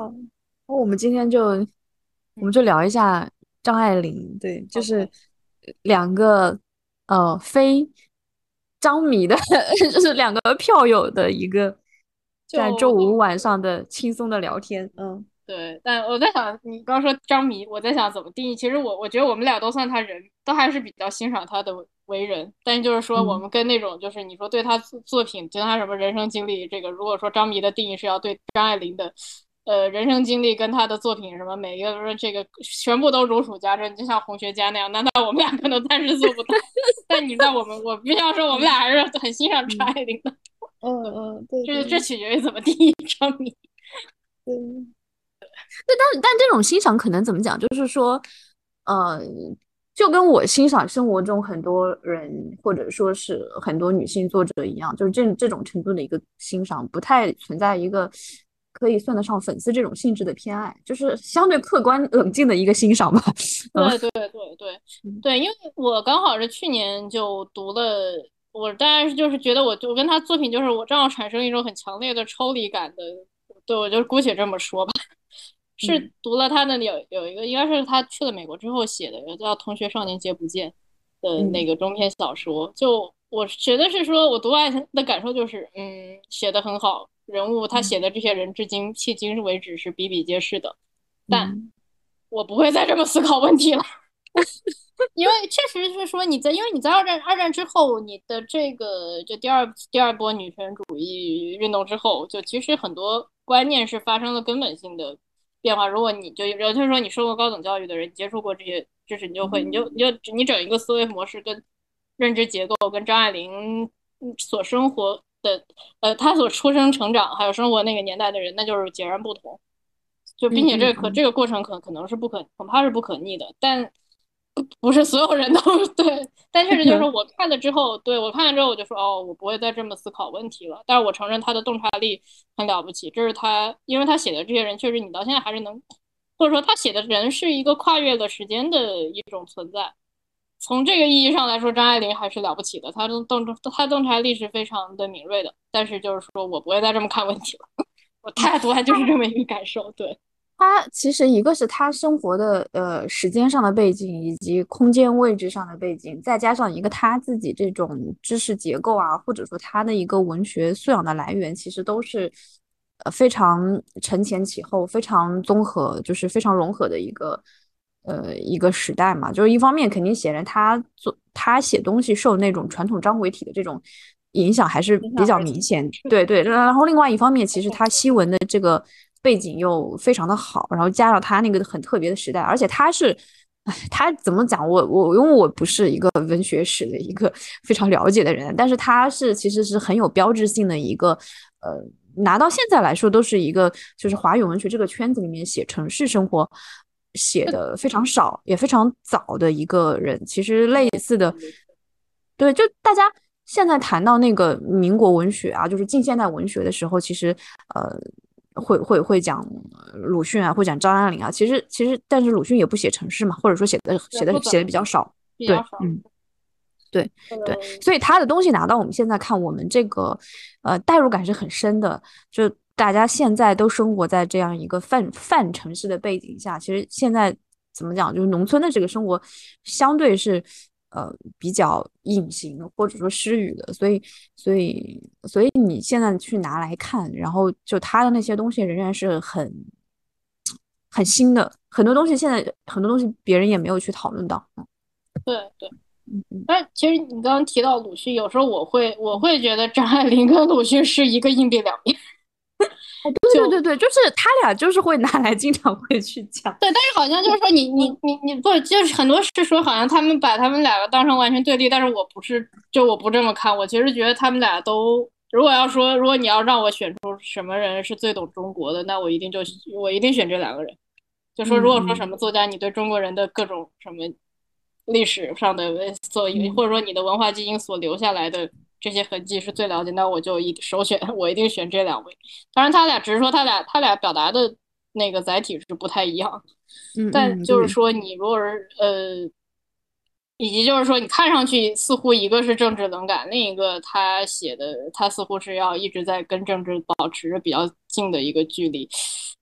好，那我们就聊一下张爱玲，对，就是 OK， 两个非张迷的，就是两个票友的一个在周就五晚上的轻松的聊天， 对，但我在想，你刚说张迷，我在想怎么定义。其实我觉得我们俩都算他人，都还是比较欣赏他的为人。但是就是说，我嗯。 们跟那种就是你说对他作品，对他什么人生经历，这个如果说张迷的定义是要对张爱玲的，人生经历跟他的作品什么每一个人这个全部都如数家珍，就像红学家那样，难道我们俩可能暂时做不到？但你知道我必须要说，我们俩还是很欣赏张嗯爱玲的。对， 对这对取决于怎么定义张迷。 对。但这种欣赏可能怎么讲，就是说，呃，就跟我欣赏生活中很多人或者说是很多女性作者一样，就是这种程度的一个欣赏，不太存在一个可以算得上粉丝这种性质的偏爱，就是相对客观冷静的一个欣赏吧。嗯对对对对对，因为我刚好是去年就读了，我当然是就是觉得我跟他作品就是我正好产生一种很强烈的抽离感的，对我就姑且这么说吧，是嗯读了他的有一个应该是他去了美国之后写的，叫《同学少年节不见》的那嗯个中篇小说，就我觉得是说我读完的感受就是，写的很好，人物他写嗯的这些人至今迄今为止是比比皆是的，但嗯我不会再这么思考问题了。因为确实是说因为你在二战之后，你的这个就第二波女权主义运动之后，就其实很多观念是发生了根本性的变化。如果你就是说你受过高等教育的人，接触过这些知识，你就会你整一个思维模式跟认知结构跟张爱玲所生活的她所出生成长还有生活那个年代的人，那就是截然不同。就并嗯且嗯嗯这个过程可能是恐怕是不可逆的，但不是所有人都对，但确实就是说我看了之后，对我看了之后我就说哦，我不会再这么思考问题了。但是我承认他的洞察力很了不起，这是他，因为他写的这些人确实你到现在还是能，或者说他写的人是一个跨越了时间的一种存在。从这个意义上来说，张爱玲还是了不起的，他洞察力是非常的敏锐的。但是就是说我不会再这么看问题了，我态度还就是这么一个感受，对。 他其实一个是他生活的时间上的背景，以及空间位置上的背景，再加上一个他自己这种知识结构啊，或者说他的一个文学素养的来源，其实都是非常承前启后、非常综合，就是非常融合的一个时代嘛。就是一方面肯定显然他写东西受那种传统章回体的这种影响还是比影响还是挺较明显， 是的， 对对。然后另外一方面，其实他挺西文的这个背景又非常的好，然后加上他那个很特别的时代，而且他是，哎，他怎么讲？因为我不是一个文学史的一个非常了解的人，但是他其实是很有标志性的一个，呃，拿到现在来说都是一个就是华语文学这个圈子里面写城市生活写的非常少也非常早的一个人。其实类似的，对，就大家现在谈到那个民国文学啊，就是近现代文学的时候，其实呃，会讲鲁迅啊，会讲张爱玲啊。其实，但是鲁迅也不写城市嘛，或者说写的对，不怎写的么写， 比较少。对， 比较少。 嗯。对对， 呃， 所以他的东西拿到我们现在看，我们这个代入感是很深的。就大家现在都生活在这样一个泛城市的背景下，其实现在怎么讲，就是农村的这个生活相对是比较隐形的，或者说失语的。所以你现在去拿来看，然后就他的那些东西仍然是很新的，很多东西现在很多东西别人也没有去讨论到。 对对。 嗯嗯。 但其实你刚刚提到鲁迅，有时候我会觉得张爱玲跟鲁迅是一个硬币两面。 哦，对就对对对，就是他俩就是会拿来经常会去讲。 对，但是好像就是说你不就是很多是说好像他们把他们两个当成完全对立，但是我不是，就我不这么看，我其实觉得他们俩都，如果你要让我选出什么人是最懂中国的，那我一定选这两个人。就说如果说什嗯嗯么作家，你对中国人的各种什么历史上的或嗯者说你的文化基因所留下来的这些痕迹是最了解，那我就首选，我一定选这两位。当然，他俩只是说他俩表达的那个载体是不太一样，但嗯嗯，对。 就是说你如果是以及就是说，你看上去似乎一个是政治冷感，另一个他写的他似乎是要一直在跟政治保持着比较近的一个距离。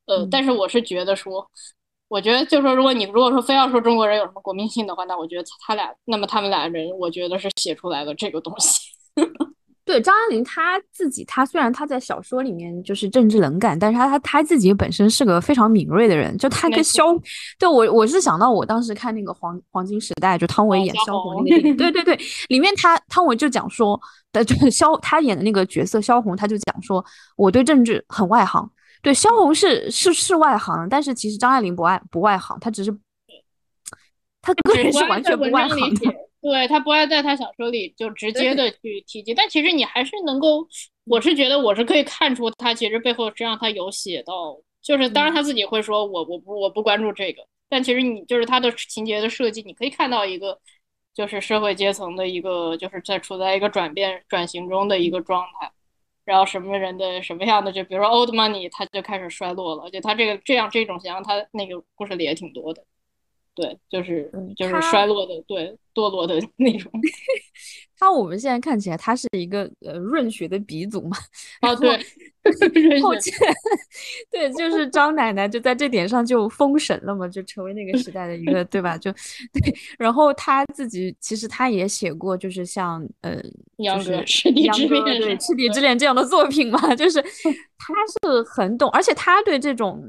嗯。 但是我是觉得说，我觉得就是说，如果说非要说中国人有什么国民性的话，那我觉得他们俩人，我觉得是写出来了这个东西。 对，张爱玲她自己，她虽然她在小说里面就是政治冷感，但是她自己本身是个非常敏锐的人。就她跟没错。 对我是想到我当时看那个黄金时代，就汤唯演萧红萧红。 那个电影，对对对，里面汤唯就讲说就是她演的那个角色萧红，她就讲说我对政治很外行。对，萧红是外行，但是其实张爱玲不外行，她只是她个只人是不爱在完全不外文章里写， 行的。 对，他不爱在他小说里就直接对， 的去提及，但其实你还是能够，我是觉得我是可以看出他其实背后实际上他有写到，就是当然嗯。 他自己会说我不关注这个，但其实你就是他的情节的设计，你可以看到一个就是社会阶层的一个就是处在一个转型中的一个状态，然后什么人的什么样的，就比如说 old money，他就开始衰落了，就他这种形象，他那个故事里也挺多的。对，就是她衰落的，对，堕落的那种。 我们现在看起来他是一个润学的鼻祖嘛，然哦， 后对。热血。 后期对，就是张奶奶就在这点上就封神了嘛，就成为那个时代的一个对吧？就对，然后他自己其实他也写过，就是像就秧歌， 是赤地之秧歌对恋上， 《赤地之对。 恋》这样的作品嘛，就是他是很懂，而且他对这种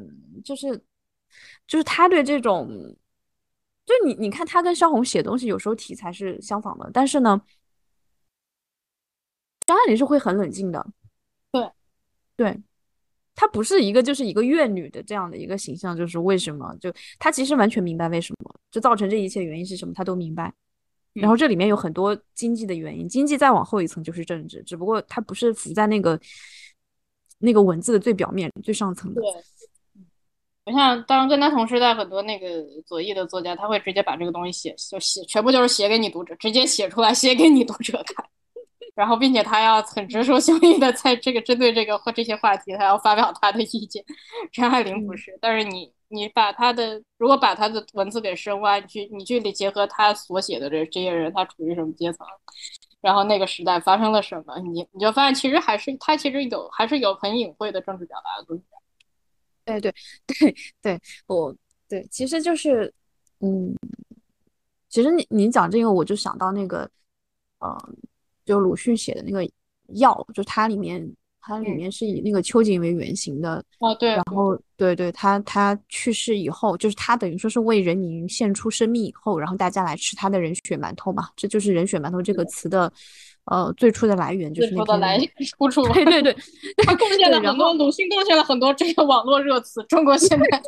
他对这种。就你看他跟萧红写东西有时候题材是相仿的，但是呢，张爱玲是会很冷静的。 对。 对，她不是一个就是一个怨女的这样的一个形象，就是为什么就她其实完全明白为什么就造成这一切原因是什么，她都明白。然嗯。 后这里面有很多经济的原因，经济再往后一层就是政治，只不过它不是浮在那个文字的最表面、最上层的。 对。我像当跟他同时代很多那个左翼的作家，他会直接把这个东西写，全部就是写给你读者，直接写出来写给你读者看。然后并且他要很直说胸臆的在这个针对这个或这些话题，他要发表他的意见。张爱玲不嗯， 是，但是你把他的如果把他的文字给深挖，你去结合他所写的这些人，他处于什么阶层，然后那个时代发生了什么，你就发现其实他其实还是有很隐晦的政治表达的东西。 对对对对，对，其实就是嗯。其实你讲这个，我就想到那个，呃，就鲁迅写的那个《药》，就它里面是以那个秋瑾为原型的。 哦，对对。 然后对对，他去世以后，就是他等于说是为人民献出生命以后，然后大家来吃他的人血馒头嘛，这就是人血馒头这个词的最初的来源，就自是那篇。 出的来出处。 对对对他贡献对， 了很多， 然后鲁迅贡献了很多这个网络热词，中国现代。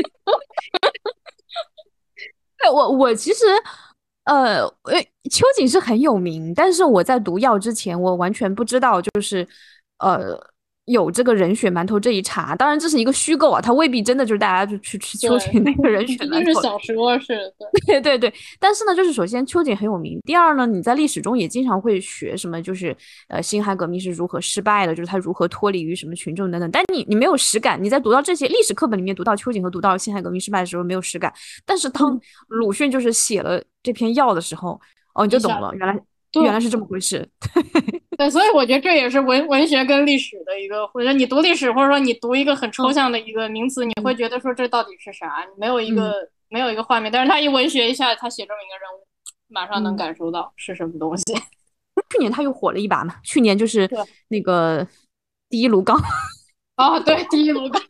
对我其实，秋瑾是很有名，但是我在读药之前，我完全不知道，就是呃有这个人血馒头这一茬。当然这是一个虚构啊，他未必真的就是大家就去吃秋对， 瑾那个人血毕馒头。 竟是小说，是的。 对对对，但是呢，就是首先秋瑾很有名，第二呢，你在历史中也经常会学什么，就是辛亥革命是如何失败的，就是他如何脱离于什么群众等等。但你没有实感，你在读到这些历史课本里面读到秋瑾和读到辛亥革命失败的时候没有实感，但是当鲁迅就是写了这篇药的时候，哦，你就一下。 懂了，原来对是这么回事。 对，所以我觉得这也是文学跟历史的一个，或者你读历史，或者说你读一个很抽嗯象的一个名词，你会嗯觉得说这到底是啥？你嗯没有一个画面，但是他一文学一下，他写这么一个人物，马上能嗯， 感受到是什么东西。 去年他又火了一把嘛，去年就是对。 那个第一炉钢。 哦，对，第一炉钢。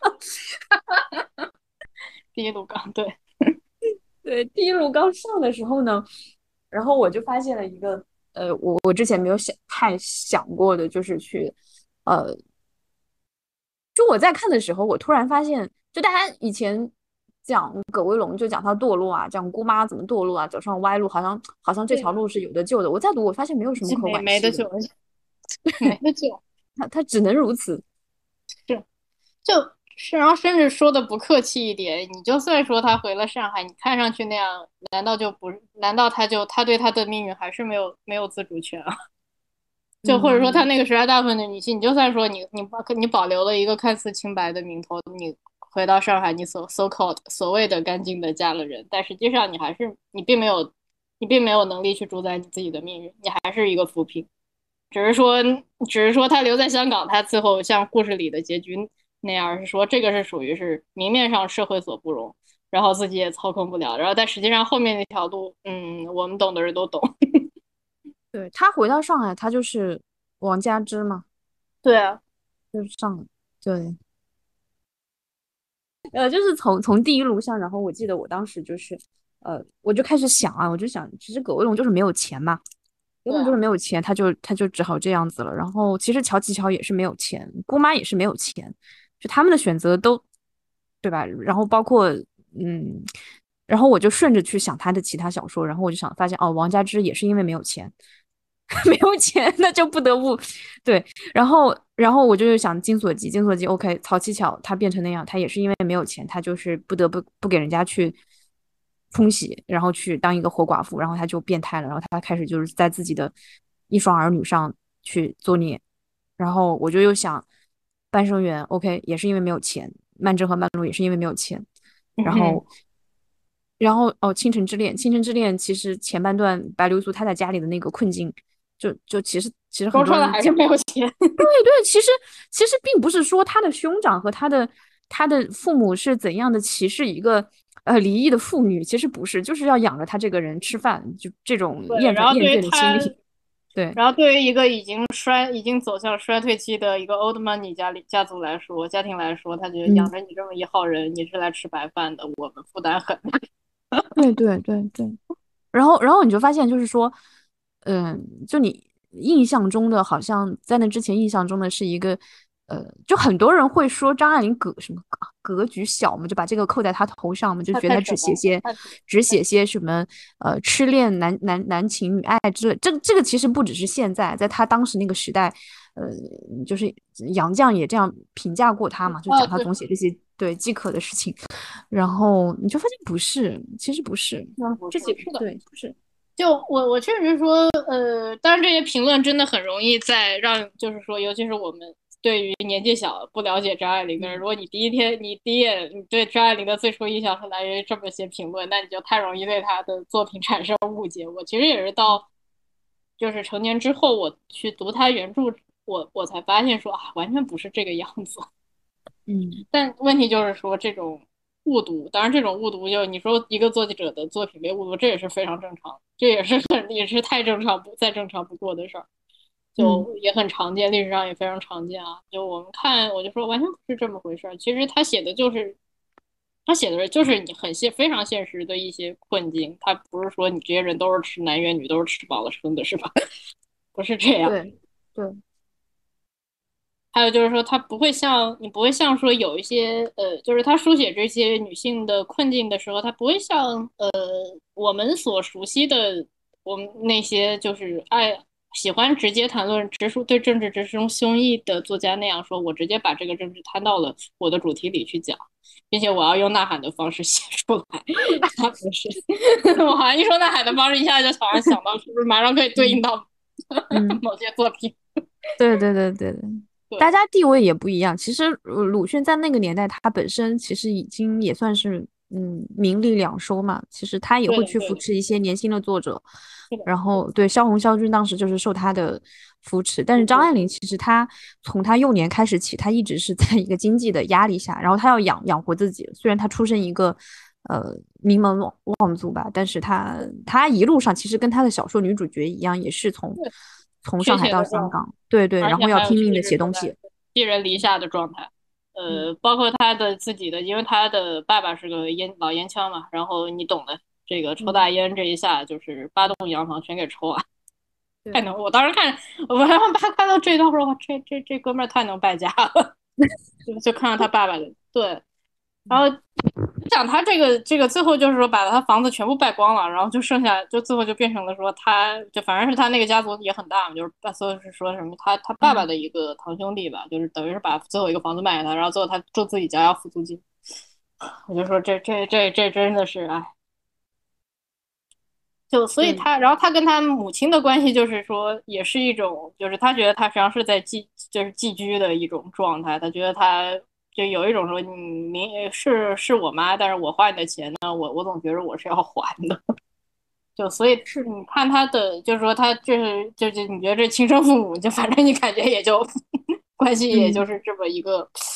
第一炉钢，对。 对，第一炉刚上的时候呢，然后我就发现了一个，我之前没有太想过的，就是去，呃，就我在看的时候，我突然发现，就大家以前讲葛威龙，就讲他堕落啊，讲姑妈怎么堕落啊，走上歪路，好像这条对， 路是有的救的。我再读，我发现没有什么可惋惜的， 没得救，没得救。 他只能如此。 是。就是然后甚至说的不客气一点，你就算说他回了上海，你看上去那样，难道他对他的命运还是没有自主权啊？就或者说他嗯那个时代大部分的女性，你就算说你保留了一个看似清白的名头，你回到上海，你called 所谓的干净的嫁了人，但实际上你并没有能力去主宰你自己的命运，你还是一个浮萍。只是说只是说他留在香港，他最后像故事里的结局那样，而是说这个是属于是明面上社会所不容，然后自己也操控不了，然后但实际上后面那条路，我们懂的人都懂。 对，他回到上海，他就是王佳芝嘛， 对啊， 就是上海。对，就是从第一录像，然后我记得我当时就是，我就开始想啊，我就想，其实葛威龙就是没有钱嘛，葛威龙就是对啊， 没有钱，他就只好这样子了。然后其实乔琪乔也是没有钱，姑妈也是没有钱，就他们的选择都，对吧？然后包括嗯，然后我就顺着去想他的其他小说，然后我就想发现哦，王佳芝也是因为没有钱，没有钱，那就不得不对。然后我就想金锁记，金锁记 OK，曹七巧他变成那样，他也是因为没有钱，他就是不得不给人家去冲洗，然后去当一个活寡妇，然后他就变态了，然后他开始就是在自己的一双儿女上去作孽。然后我就又想，半生缘 OK 也是因为没有钱，曼桢和曼璐也是因为没有钱，然后。哦，倾城之恋其实前半段白流苏她在家里的那个困境，就其实很说出来多人讲， 还是没有钱。 对，其实并不是说他的兄长和他的父母是怎样的歧视一个离异的妇女，其实不是，就是要养着他这个人吃饭，就这种对，然后厌倦的心对于他， 理。对， 然后对于一个已经走向衰退期的一个 old money 家族来说，家庭来说，他觉得养嗯， 着你这么一号人，你是来吃白饭的，我们负担很大。 对。然后你就发现，就是说，就你印象中的，好像在那之前印象中的是一个，就很多人会说张爱玲什么格局小嘛，就把这个扣在她头上嘛，就觉得她太太扯淡了， 只写些什么痴恋男情女爱之类。这个其实不只是现在，在她当时那个时代，就是杨绛也这样评价过她嘛，就讲她对， 总写这些对饥渴的事情。然后你就发现不是，其实不是。 不是， 这几是的。 对，不是， 就我确实说，当然这些评论真的很容易在让，就是说，尤其是我们对于年纪小不了解张爱玲的人， 嗯如果你第一眼你对张爱玲的最初印象是来源于这么些评论，那你就太容易对她的作品产生误解。我其实也是到就是成年之后，我去读她原著，我才发现说啊，完全不是这个样子。 嗯但问题就是说，这种误读，当然这种误读，就你说一个作者的作品被误读，这也是非常正常，这也是也是太正常再正常不过的事儿， 嗯就也很常见，历史上也非常常见啊。就我们看，我就说完全不是这么回事儿。其实他写的就是你非常现实的一些困境，他不是说你这些人都是吃男怨女，都是吃饱了撑的，是吧？不是这样。 对对， 还有就是说，他不会像你不会像说有一些就是他书写这些女性的困境的时候，他不会像我们所熟悉的我们那些就是喜欢直接谈论对政治直抒胸臆的作家那样说，我直接把这个政治摊到了我的主题里去讲，并且我要用呐喊的方式写出来。他不是，我好像一说呐喊的方式，一下就好像想到是不是马上可以对应嗯到嗯， 某些作品。 对，大对， 家地位也不一样。其实鲁迅在那个年代，他本身其实已经也算是名利两收嘛。其实他也对的， 会去扶对的， 持一些年轻的作者， 是的， 然后对萧红、萧军当时就是受他的扶持。但是张爱玲其实她从她幼年开始起，她一直是在一个经济的压力下，然后她要养活自己。虽然她出身一个名门望族吧，但是她一路上其实跟她的小说女主角一样，也是对，缺从上海血的状态。 到香港，对，然后要而且还有拼命的弃之从来、 写东西。 寄人篱下的状态。 嗯包括他的自己的，因为他的爸爸是个老烟枪嘛，然后你懂的，这个抽嗯， 大烟这一下就是八栋洋房全给抽完，太对， 能。我当时看，我当时看到这一段时候，哇这哥们儿太能败家了，就看到他爸爸的，对，然后讲他这个最后就是说把他房子全部败光了，然后就剩下就最后就变成了说他就反正是他那个家族也很大嘛，就是所以是说什么他爸爸嗯的一个堂兄弟吧，就是等于是把最后一个房子卖给他，然后最后他住自己家要付租金，我就说这真的是哎，就所以对， 然后他跟他母亲的关系就是说也是一种，就是他觉得他实际上是在就是寄居的一种状态，他觉得他。就有一种说，你是我妈，但是我花你的钱呢，我总觉得我是要还的。就所以是， 你看他的，就是说他这是就是你觉得这亲生父母，就反正你感觉也就关系也嗯就是这么一个，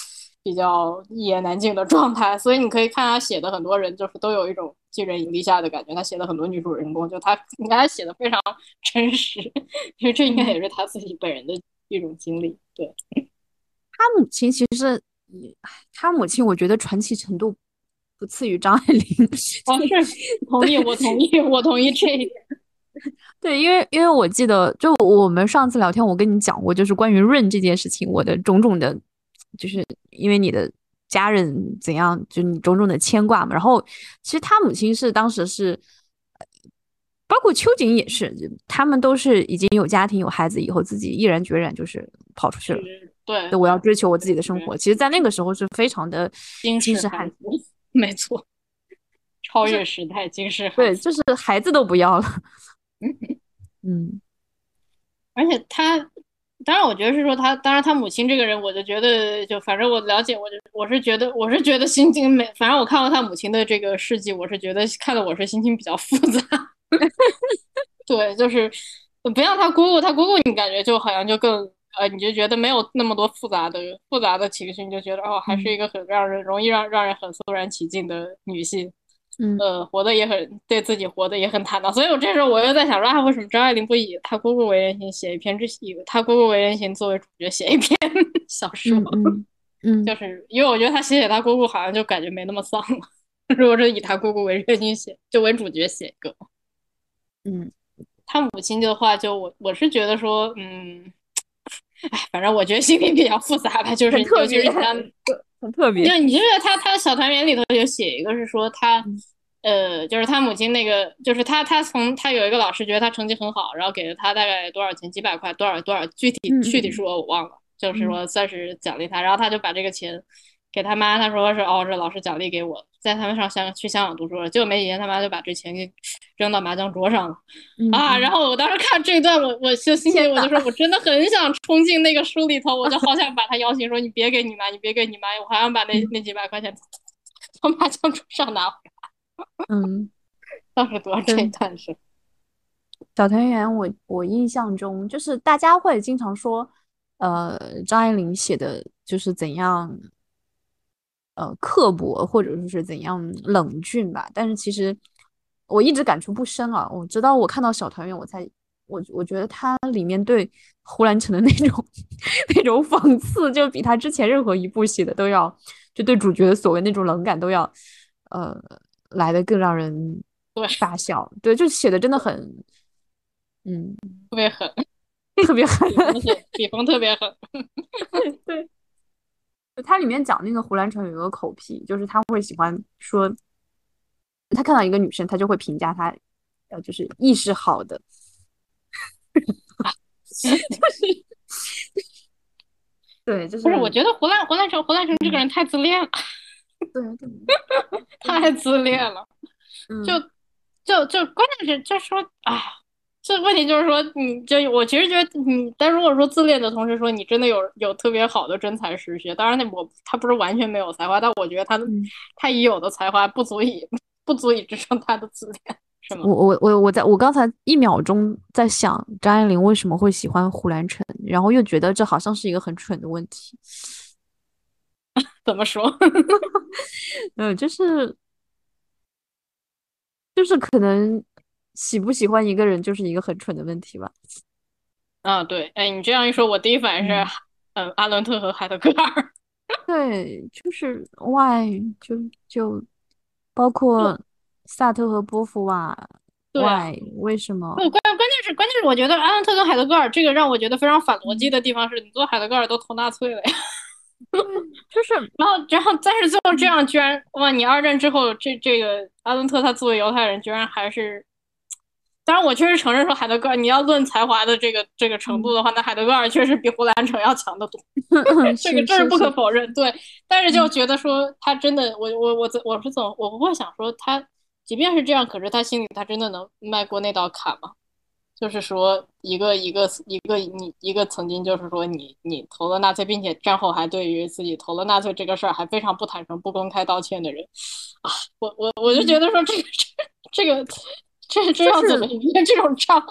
比较一言难尽的状态，所以你可以看他写的很多人就是都有一种寄人篱下的感觉。他写的很多女主人公，就他你看他写的非常真实，因为这应该嗯， 也是他自己本人的一种经历。对， 他母亲其实，他母亲我觉得传奇程度不次于张爱玲。 哦，是同意，我同意，我同意这一点。 对，因为我记得，就我们上次聊天，我跟你讲过，就是关于润这件事情，我的种种的，就是因为你的家人怎样，就你种种的牵挂嘛。然后，其实他母亲是当时是，包括秋瑾也是，他们都是已经有家庭有孩子以后，自己毅然决然就是跑出去了。 是，对对，我要对追求我自己的生对， 活。其实，在那个时候是非常的惊惊世骇世骇俗， 俗， 没错，超就是越时代，惊世骇对， 俗。 就是孩子都不要了。嗯而且他，当然，我觉得是说他，当然他母亲这个人，我就觉得，就反正我了解，我是觉得心情没，反正我看过他母亲的这个事迹，我是觉得看的我是心情比较复杂。对，就是不像他姑姑，他姑姑你感觉就好像就更你就觉得没有那么多复杂的情绪，你就觉得哦，还是嗯一个很让人容易让人很肃然起敬的女性。 嗯。 活得也很对自己活得也很坦荡，所以我这时候我又在想说，啊，为什么张爱玲不以她姑姑为原型写一篇，以她姑姑为原型作为主角写一篇小说？ 嗯嗯嗯就是因为我觉得她写她姑姑好像就感觉没那么丧了。如果是以她姑姑为原型写，就为主角写一个， 嗯， 她母亲的话，就我是觉得说，哎，反正我觉得心里比较复杂吧，就是很特别， 尤其是你像很特别。 你记得他小团圆里头有写一个是说他， 嗯就是他母亲那个，就是他有一个老师觉得他成绩很好，然后给了他大概多少钱，几百块，多少具体嗯数额我忘了，就是嗯说算是奖励他，然后他就把这个钱给他妈，他说是哦，这老师奖励给我，在他们去香港读书了，结果没几天他妈就把这钱给扔到麻将桌上了。啊，然嗯嗯， 后我当时看这一段，我就心天呐， 里我就说，我真的很想冲进那个书里头，我就好想把他邀请说，你别给你妈，你别给你妈，我还想把那几百块钱从麻将桌上拿回来。 嗯， 当时读到这一对， 段是， 小团圆我印象中就是大家会经常说，张爱玲写的就是怎样刻薄，或者说是怎样冷峻吧。但是其实我一直感触不深啊。我直到我看到小团圆，我觉得它里面对胡兰成的那种那种讽刺，就比他之前任何一部写的都要，就对主角的所谓那种冷感都要呃来的更让人对， 发笑。对，就写的真的很嗯特别狠， 特别狠。 笔锋特别狠。 对。它里面讲那个胡兰成有一个口癖，就是他会喜欢说，他看到一个女生，他就会评价她，就是意识好的，对，就不是，我是觉得胡兰成这个人太自恋了， 对对太自恋了。就嗯就关键是就是说，哎呀，这问题就是说，我其实觉得但如果说自恋的同时说你真的有特别好的真才实学，当然他不是完全没有才华，但我觉得嗯， 他已有的才华不足以支撑他的自恋，是吗？ 我刚才1秒钟在想张爱玲为什么会喜欢胡兰成，然后又觉得这好像是一个很蠢的问题。 怎么说？ 就是可能喜不喜欢一个人就是一个很蠢的问题吧。 啊，对，哎，你这样一说，我第一反应是， 嗯。 阿伦特和海德格尔。 对，就是 why 就包括萨特和波伏娃对啊， why 为什么？ 不，关键是，我觉得阿伦特跟海德格尔这个让我觉得非常反逻辑嗯， 的地方是，你做海德格尔都投纳粹了呀。 对，就是然后，但是最后这嗯样居然哇！你二战之后，这个阿伦特他作为犹太人，居然还是，当然我确实承认说海德格尔，你要论才华的这个程度嗯， 的话，那海德格尔确实比胡兰成要强得多，这个这是不可是是是， 否认。对，但是就嗯觉得说他真的，我不会想说他，即便是这样，可是他心里他真的能迈过那道坎吗？就是说一个曾经就是说你投了纳粹，并且战后还对于自己投了纳粹这个事儿还非常不坦诚、不公开道歉的人啊，我就觉嗯， 得说这个这要怎么就是应对这种障碍？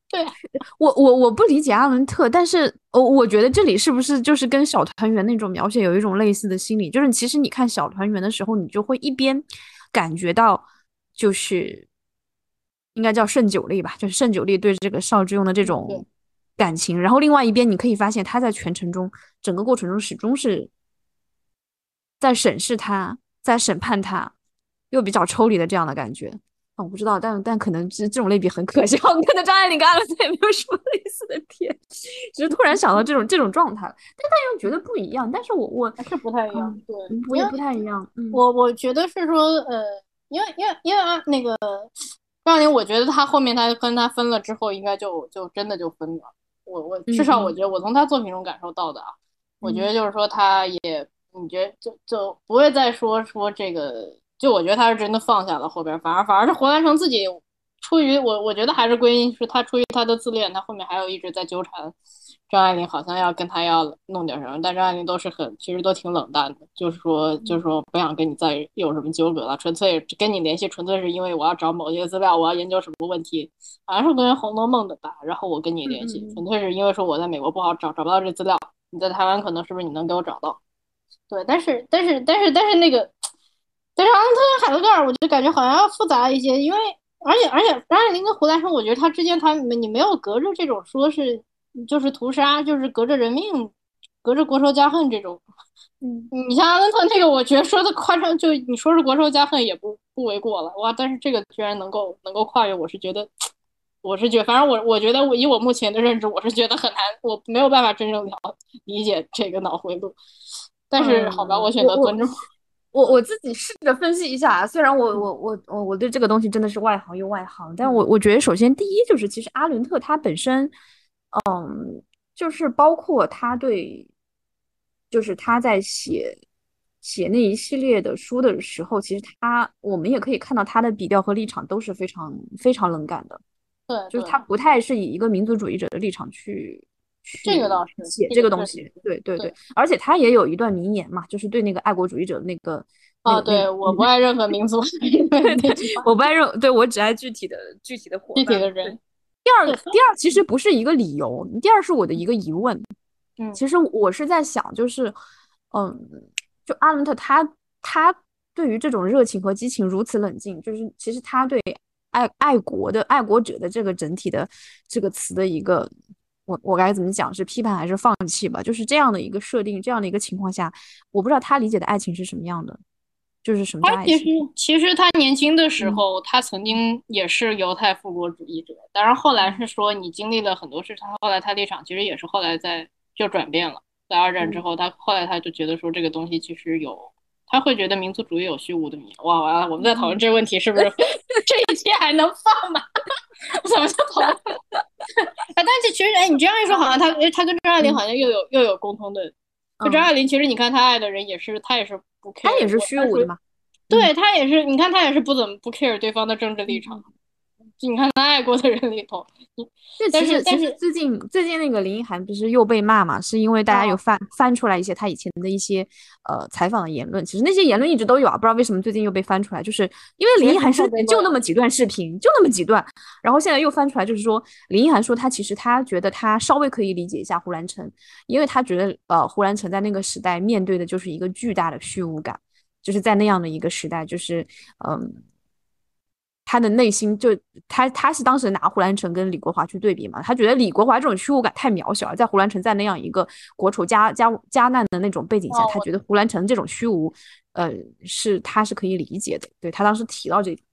对啊， 我不理解阿伦特，但是我觉得这里是不是就是跟小团圆那种描写有一种类似的心理，就是其实你看小团圆的时候，你就会一边感觉到就是应该叫胜九力吧，就是胜九力对这个邵之庸的这对， 种感情，然后另外一边你可以发现他在全程中整个过程中始终是在审视他，在审判他，又比较抽离的这样的感觉。我不知道，但可能这种类比很可笑，可能张爱玲跟阿伦特也没有什么类似的点，只是突然想到这种状态，但他又觉得不一样。但是我还是不太一样。对，因为我也不太一样， 我觉得是说，因为啊那个张爱玲，我觉得他后面他跟他分了之后，应该就真的就分了。我至少我嗯嗯觉得我从他作品中感受到的啊，我觉嗯得就是说他也，你觉得就不会再说这个，就我觉得他是真的放下了后边，反而是胡兰成自己出于我觉得还是归因是他出于他的自恋，他后面还有一直在纠缠张爱玲，好像要跟他要弄点什么，但张爱玲都是其实都挺冷淡的，就是说不想跟你再有什么纠葛了，纯粹跟你联系，纯粹是因为我要找某些资料，我要研究什么问题，好像是跟《红楼梦》的吧，然后我跟你联系，纯粹是因为说我在美国不好找不到这资料，你在台湾可能是不是你能给我找到？对，但是那个，但是阿伦特跟海德格尔，我就感觉好像要复杂一些，因为而且张爱玲跟胡兰成，我觉得他之间你没有隔着这种说是就是屠杀，就是隔着人命，隔着国仇家恨这种。 嗯你像阿伦特那个，我觉得说的夸张，就你说是国仇家恨也不为过了哇！但是这个居然能够跨越，我是觉得，反正我觉得以我目前的认知，我是觉得很难，我没有办法真正理解这个脑回路。但是好吧，我选我我择尊重。 我自己试着分析一下啊，虽然我对这个东西真的是外行又外行，但我觉得首先第一就是其实阿伦特他本身，就是包括他对，就是他在写那一系列的书的时候，其实我们也可以看到他的笔调和立场都是非常非常冷感的。 对对， 就是他不太是以一个民族主义者的立场去这个倒是， 写这这个东西， 个确实对对对， 对。 而且他也有一段名言嘛，就是对那个爱国主义者的啊，对，我不爱任何民族， 对对， 那句话， 我不爱认，对我只爱具体的伙具体伴嘛。对， 的人，对， 第二其实不是一个理由，第二是我的一个疑问。 嗯， 其实我是在想，嗯，就阿伦特他对于这种热情和激情如此冷静，就是其实他对爱国者的这个整体的这个词的一个，我该怎么讲，是批判还是放弃吧？就是这样的一个设定，这样的一个情况下，我不知道他理解的爱情是什么样的，就是什么他其实叫爱情。 其实他年轻的时嗯候，他曾经也是犹太复国主义者，当然后来是说你经历了很多事，他后来他立场其实也是后来就转变了，在二战之嗯。 后，他后来他就觉得说这个东西其实他会觉得民族主义有虚无的面。哇，完了，我们在讨论嗯这个问题是不是这一期还能放吗？怎么就讨论？但是其实，哎，你这样一说，好像他跟张爱玲好嗯像又有共同的。就张嗯， 爱玲，其实你看她爱的人他也是不他 care， 也是虚他说无的嘛。嗯对他也是，你看他也是不怎么不 care 对方的政治立场。 嗯嗯， 就你看他爱过的人里头， 这但其实其实是但是最近那个林奕含不是又被骂嘛，是因为大家有啊， 翻出来一些他以前的一些采访的言论，其实那些言论一直都有啊，不知道为什么最近又被翻出来，就是因为林奕含是学生会被就乱那么几段视频，就那么几段，然后现在又翻出来，就是说林奕含说他其实他觉得他稍微可以理解一下胡兰成，因为他觉得胡兰成在那个时代面对的就是一个巨大的虚无感，就是在那样的一个时代，就是嗯。他的内心就他是当时拿胡兰成跟李国华去对比嘛，他觉得李国华这种虚无感太渺小了，在胡兰成在那样一个国仇家难的那种背景下，他哦， 觉得胡兰成这种虚无，他是可以理解的。对他当时提到这个，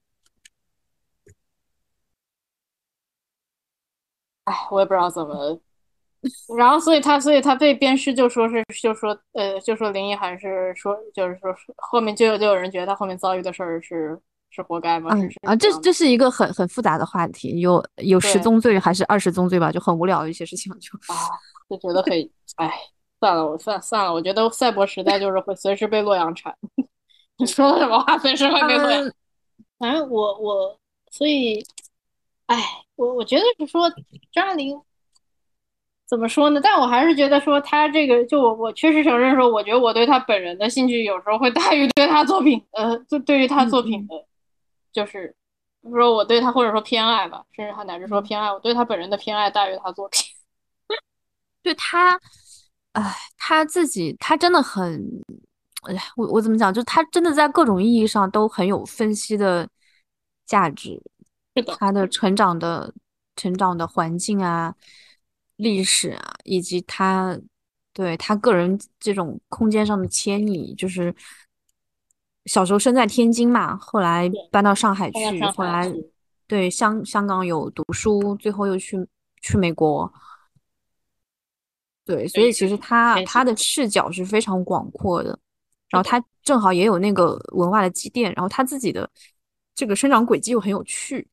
哎，我也不知道怎么。然后所以他被鞭尸就说林奕含是说就是说后面就有人觉得他后面遭遇的事儿是活该吗？是这这样吗？ 这是一个很复杂的话题，有十对宗罪还是20宗罪吧，就很无聊的一些事情就。 啊，就觉得可以，哎，算了，我算了，我觉得赛博时代就是会随时被洛阳铲。你说了什么话，随时会被洛阳。 嗯反正所以，哎，我觉得是说张爱玲怎么说呢？但我还是觉得说她这个，就我确实承认说，我觉得我对她本人的兴趣有时候会大于对她作品，就对于她作品嗯的，就是说我对他或者说偏爱吧，甚至还乃至说偏爱，我对他本人的偏爱大于他作品。 对他，哎，他自己他真的很，哎呀，我怎么讲？就是他真的在各种意义上都很有分析的价值。 是的， 他的成长的环境啊、历史啊，以及他对他个人这种空间上的迁移，就是小时候生在天津嘛，后来对， 搬到上海去， 放到上后来海去， 对香港有读书，最后又去美国。对，所以其实迁徙。 他的视角是非常广阔的，然后他正好也有那个文化的积淀，然后他自己的这个生长轨迹又很有趣。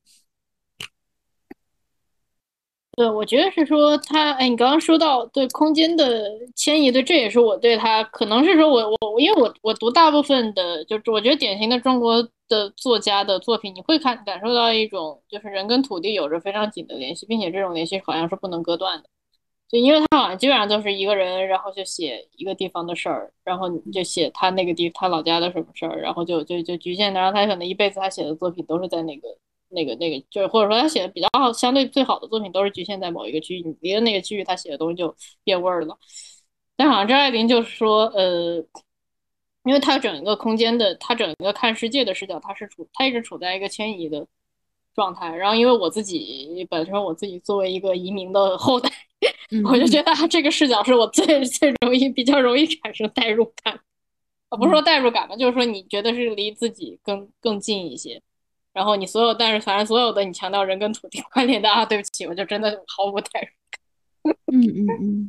对，我觉得是说他，哎，你刚刚说到对空间的迁移，对，这也是我对他，可能是说因为我读大部分的，就是我觉得典型的中国的作家的作品，你会感受到一种就是人跟土地有着非常紧的联系，并且这种联系好像是不能割断的。就因为他好像基本上都是一个人，然后就写一个地方的事儿，然后你就写他那个他老家的什么事儿，然后就局限的，然后他可能一辈子他写的作品都是在那个，就是或者说他写的比较好，相对最好的作品都是局限在某一个区域，你离了那个区域，他写的东西就变味儿了。但好像张爱玲就是说，因为他整一个空间的，他整一个看世界的视角，他一直处在一个迁移的状态。然后因为我自己本身我自己作为一个移民的后代，我就嗯嗯觉得他这个视角是我比较容易产生代入感。不是说嗯代入感吧，就是说你觉得是离自己更近一些。然后你所有，但是反正所有的你强调人跟土地关联的啊，对不起，我就真的毫无代入。 嗯，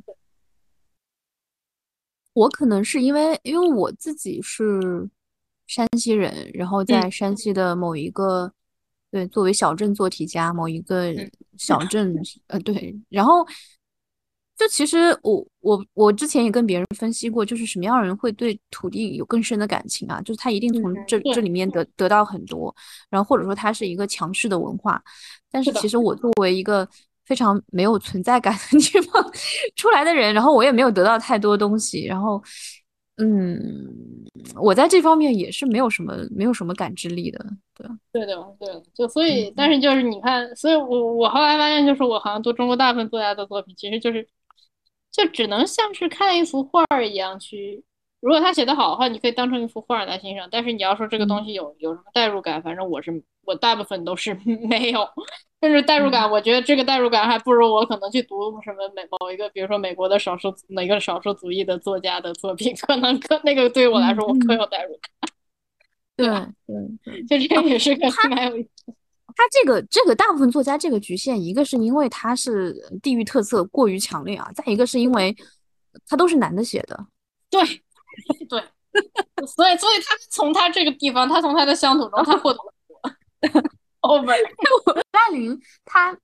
我可能是因为我自己是山西人，然后嗯在山西的某一个，对，作为小镇做题家，某一个嗯，是的， 小镇，对，然后就其实我之前也跟别人分析过，就是什么样的人会对土地有更深的感情啊？就是他一定从这对， 里面得到很多，然后或者说它是一个强势的文化，但是的。 是其实我作为一个非常没有存在感的地方出来的人，然后我也没有得到太多东西，然后嗯，我在这方面也是没有什么感知力的，对， 对的，对的，就所以，但嗯是就是你看，所以我后来发现，就是我好像读中国大部分作家的作品，其实就只能像是看一幅画儿一样去，如果他写的好的话，你可以当成一幅画儿来欣赏。但是你要说这个东嗯西有什么代入感，反正我大部分都是没有，甚至代入嗯感，我觉得这个代入感还不如我可能去读什么某一个，比如说美国的哪个少数族裔的作家的作品，可能那个对于我来说我更嗯嗯， 有代入感， 对对吧？ 对对。 就这也是个蛮有意思。 他这个大部分作家这个局限，一个是因为他是地域特色过于强烈啊，再一个是因为他都是男的写的。 对对，所以他从他这个地方，他从他的乡土中，他获得了 over。 赖琳他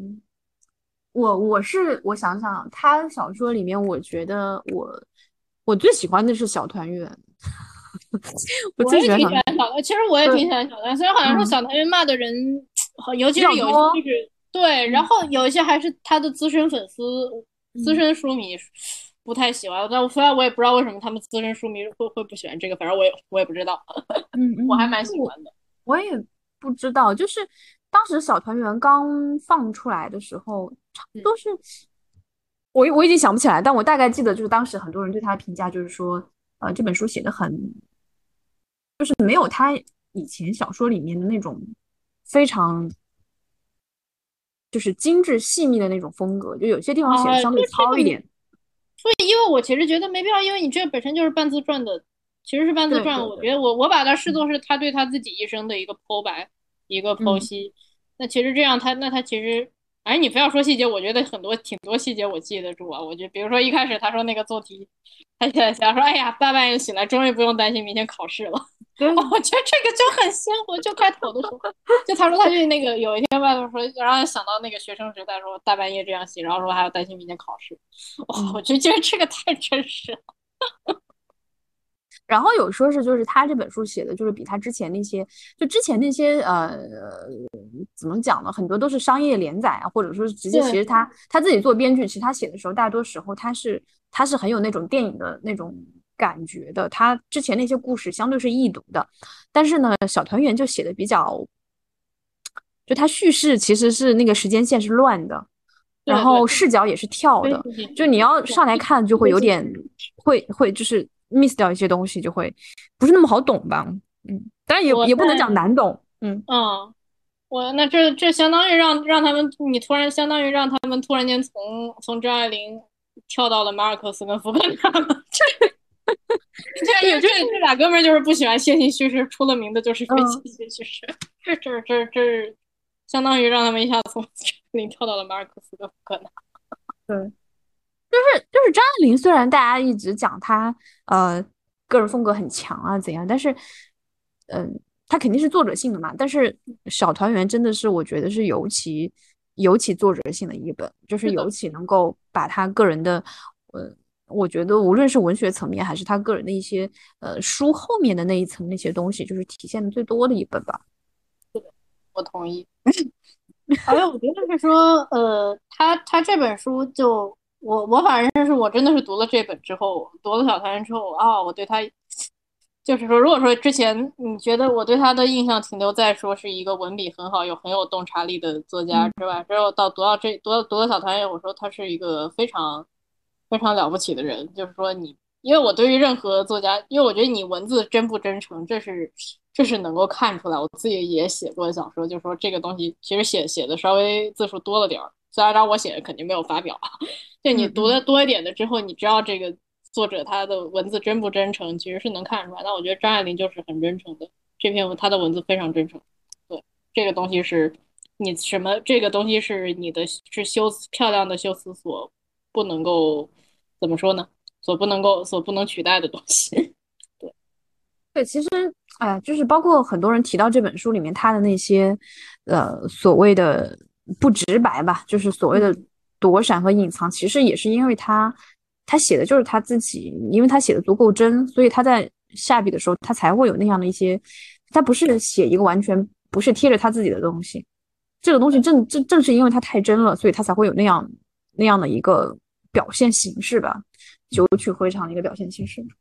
我想想，他小说里面，我觉得我最喜欢的是小团圆，我我也挺最喜欢小团圆。 喜欢小团，其实我也对， 挺喜欢小团，虽然好像说嗯， 小团圆骂的人，尤比其是有一些就较多。 是对，然嗯后有一些还是他的资深粉丝、资嗯深书迷不太喜欢。但虽然我也不知道为什么他们资深书迷会不喜欢这个，反正我也不知道，我还蛮喜欢的。 我也不知道，就是当时小团圆刚放出来的时候，差不嗯， 多是。我已经想不起来，但我大概记得，就是当时很多人对他的评价就是说，这本书写的很，就是没有他以前小说里面的那种非常就是精致细腻的那种风格，就有些地方写的啊，就相对这个， 糙一点。 所以因为我其实觉得没必要，因为你这个本身就是半自传的，其实是半自传。 对对对， 我觉得我把它视嗯作是他对他自己一生的一个剖白，一个剖嗯析。那其实这样他其实，哎，你非要说细节，我觉得挺多细节我记得住啊。我觉得比如说一开始他说那个做题，他写在想说，哎呀，大半夜醒来，终于不用担心明天考试了。哦， 对， 我觉得这个就很鲜活，就开头的时候，就他说他去那个有一天外头说，然后想到那个学生时代说大半夜这样醒，然后说还要担心明天考试。哦，我嗯。 就觉得这个太真实了。 然后有说是就是他这本书写的就是比他之前那些就之前那些怎么讲呢？很多都是商业连载啊，或者说是直接其对， 实他自己做编剧，其实他写的时候大多时候他是很有那种电影的那种感觉的。他之前那些故事相对是易读的，但是呢，小团圆就写的比较就它叙事其实是那个时间线是乱的，然对对， 后视角也是跳的，就你要上来看就会有点会就是 miss 掉一些东西，就会不是那么好懂吧。当然也不能讲难懂。 嗯，那这相当于让他们，你突然相当于让他们突然间从张爱玲跳到了马尔克斯跟福克纳了。因为这俩哥们儿就是不喜欢线性叙事，出了名的就是非线性叙事。这相当于让他们一下从张爱玲跳到了马尔克斯跟福克纳。 对，就是张爱玲，虽然大家一直讲她个人风格很强啊怎样，但是她肯定是作者性的嘛。但是小团圆真的是我觉得是尤其作者性的一本，就是尤其能够把他个人的我觉得无论是文学层面还是他个人的一些书后面的那一层那些东西，就是体现的最多的一本吧。 我同意。而且我觉得是说，他这本书就我反正是我真的是读了这本之后，读了小团圆之后啊，我对他就是说，如果说之前你觉得我对他的印象停留在说是一个文笔很好、很有洞察力的作家之外，之后到读了小团圆，我说他是一个非常非常了不起的人。就是说你，因为我对于任何作家，因为我觉得你文字真不真诚，这是能够看出来。我自己也写过小说，就是说这个东西其实写的稍微字数多了点儿，虽然让我写的肯定没有发表。对你读的多一点的之后，你知道这个作者他的文字真不真诚，其实是能看出来。那我觉得张爱玲就是很真诚的，这篇他的文字非常真诚。对，这个东西是你什么？这个东西是你的是漂亮的修辞所不能够怎么说呢？所不能取代的东西。对对，其实就是包括很多人提到这本书里面他的那些所谓的不直白吧，就是所谓的躲闪和隐藏，其实也是因为他写的就是他自己，因为他写的足够真，所以他在下笔的时候他才会有那样的一些，他不是写一个完全不是贴着他自己的东西，这个东西正是因为它太真了，所以他才会有那样的一个表现形式吧，九曲回肠的一个表现形式。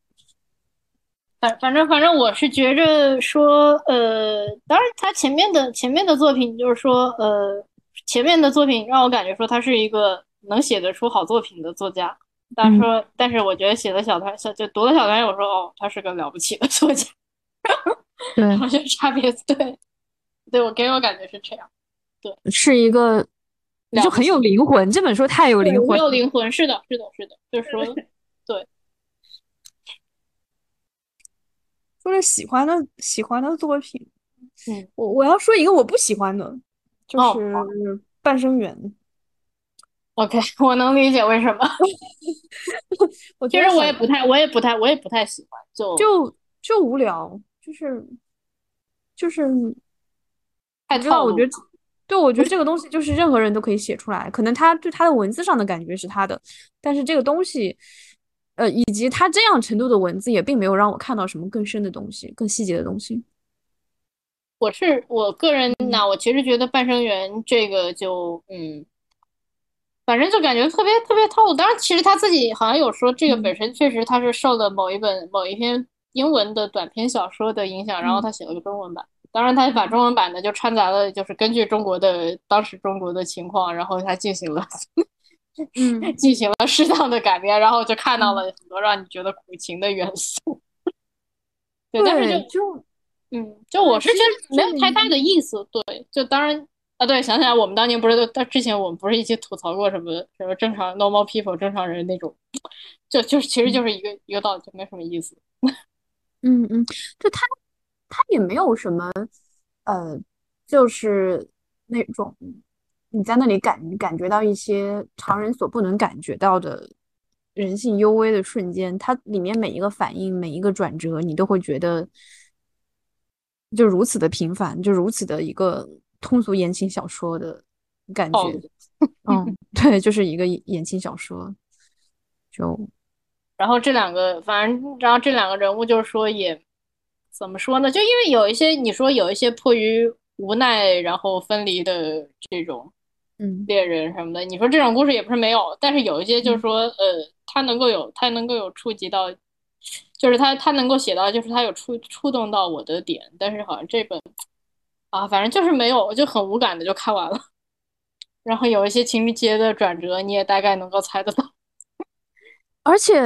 反正我是觉着说，当然他前面的作品就是说，前面的作品让我感觉说他是一个能写得出好作品的作家。但是我觉得写的就读了小团圆，我说哦，他是个了不起的作家。 对， 我觉得差别对，对我感觉是这样。对， 是一个就很有灵魂，这本书太有灵对， 魂。 没有灵魂，是的，是的，是的，就是说，对， 说是喜欢的作品， 嗯， 我要说一个我不喜欢的，就哦， 是好 《半生缘》。 ，OK，我能理解为什么。 我其觉得很实我也不太喜欢， 就无聊，就是不知道， 太套路。 我觉得对，我觉得这个东西就是任何人都可以写出来，可能他对他的文字上的感觉是他的，但是这个东西，以及他这样程度的文字也并没有让我看到什么更深的东西、更细节的东西。 我个人嗯呢，我其实觉得《半生缘》这个就反正就感觉特别特别套路。当然，其实他自己好像有说，这个本嗯身确实他是受了某一篇英文的短篇小说的影响，然后嗯他写了个中文版。当然，他把中文版的就掺杂了，就是根据当时中国的情况，然后他进行了嗯进行了适当的改编，然后就看到了嗯， 很多让你觉得苦情的元素。对，但是对， 就我是觉其实得没有太大的意思。对，就当然啊，对，想起来我们当年不是之前我们不是一起吐槽过什么正常 normal people 正常人那种，其实就是一个道理，就没什么意思。 就他也没有什么，呃，就是那种你在那里感觉到一些常人所不能感觉到的人性幽微的瞬间，它里面每一个反应、每一个转折，你都会觉得就如此的平凡，就如此的一个通俗言情小说的感觉。 套路。 对，就是一个言情小说，就然后然后这两个人物就是说也怎么说呢？就因为有一些你说有一些迫于无奈然后分离的这种嗯恋人什么的，你说这种故事也不是没有，但是有一些就是嗯说他能够有触及到，就是他能够写到，就是他有触动到我的点，但是好像这本啊，反正就是没有，就很无感的就看完了。然后有一些情节的转折，你也大概能够猜得到。 而且，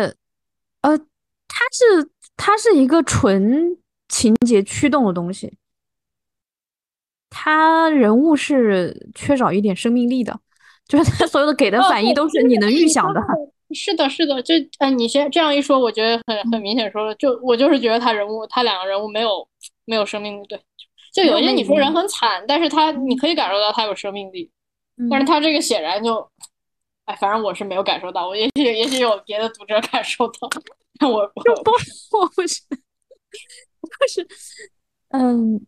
它是一个纯情节驱动的东西，它人物是缺少一点生命力的，就是他所有的给的哦， 反应对， 都是你能预你想的。 说的是的，是的，就你先这样一说，我觉得很嗯， 明显说了，就我就是觉得他两个人物没有生命力，对，就没有有些你说人魅力。 很惨，但是你嗯可以感受到他有生命力，但是嗯， 他这个显然就，哎，反正我是没有感受到，我也许有别的读者感受到，但我不，我不是，就是，嗯，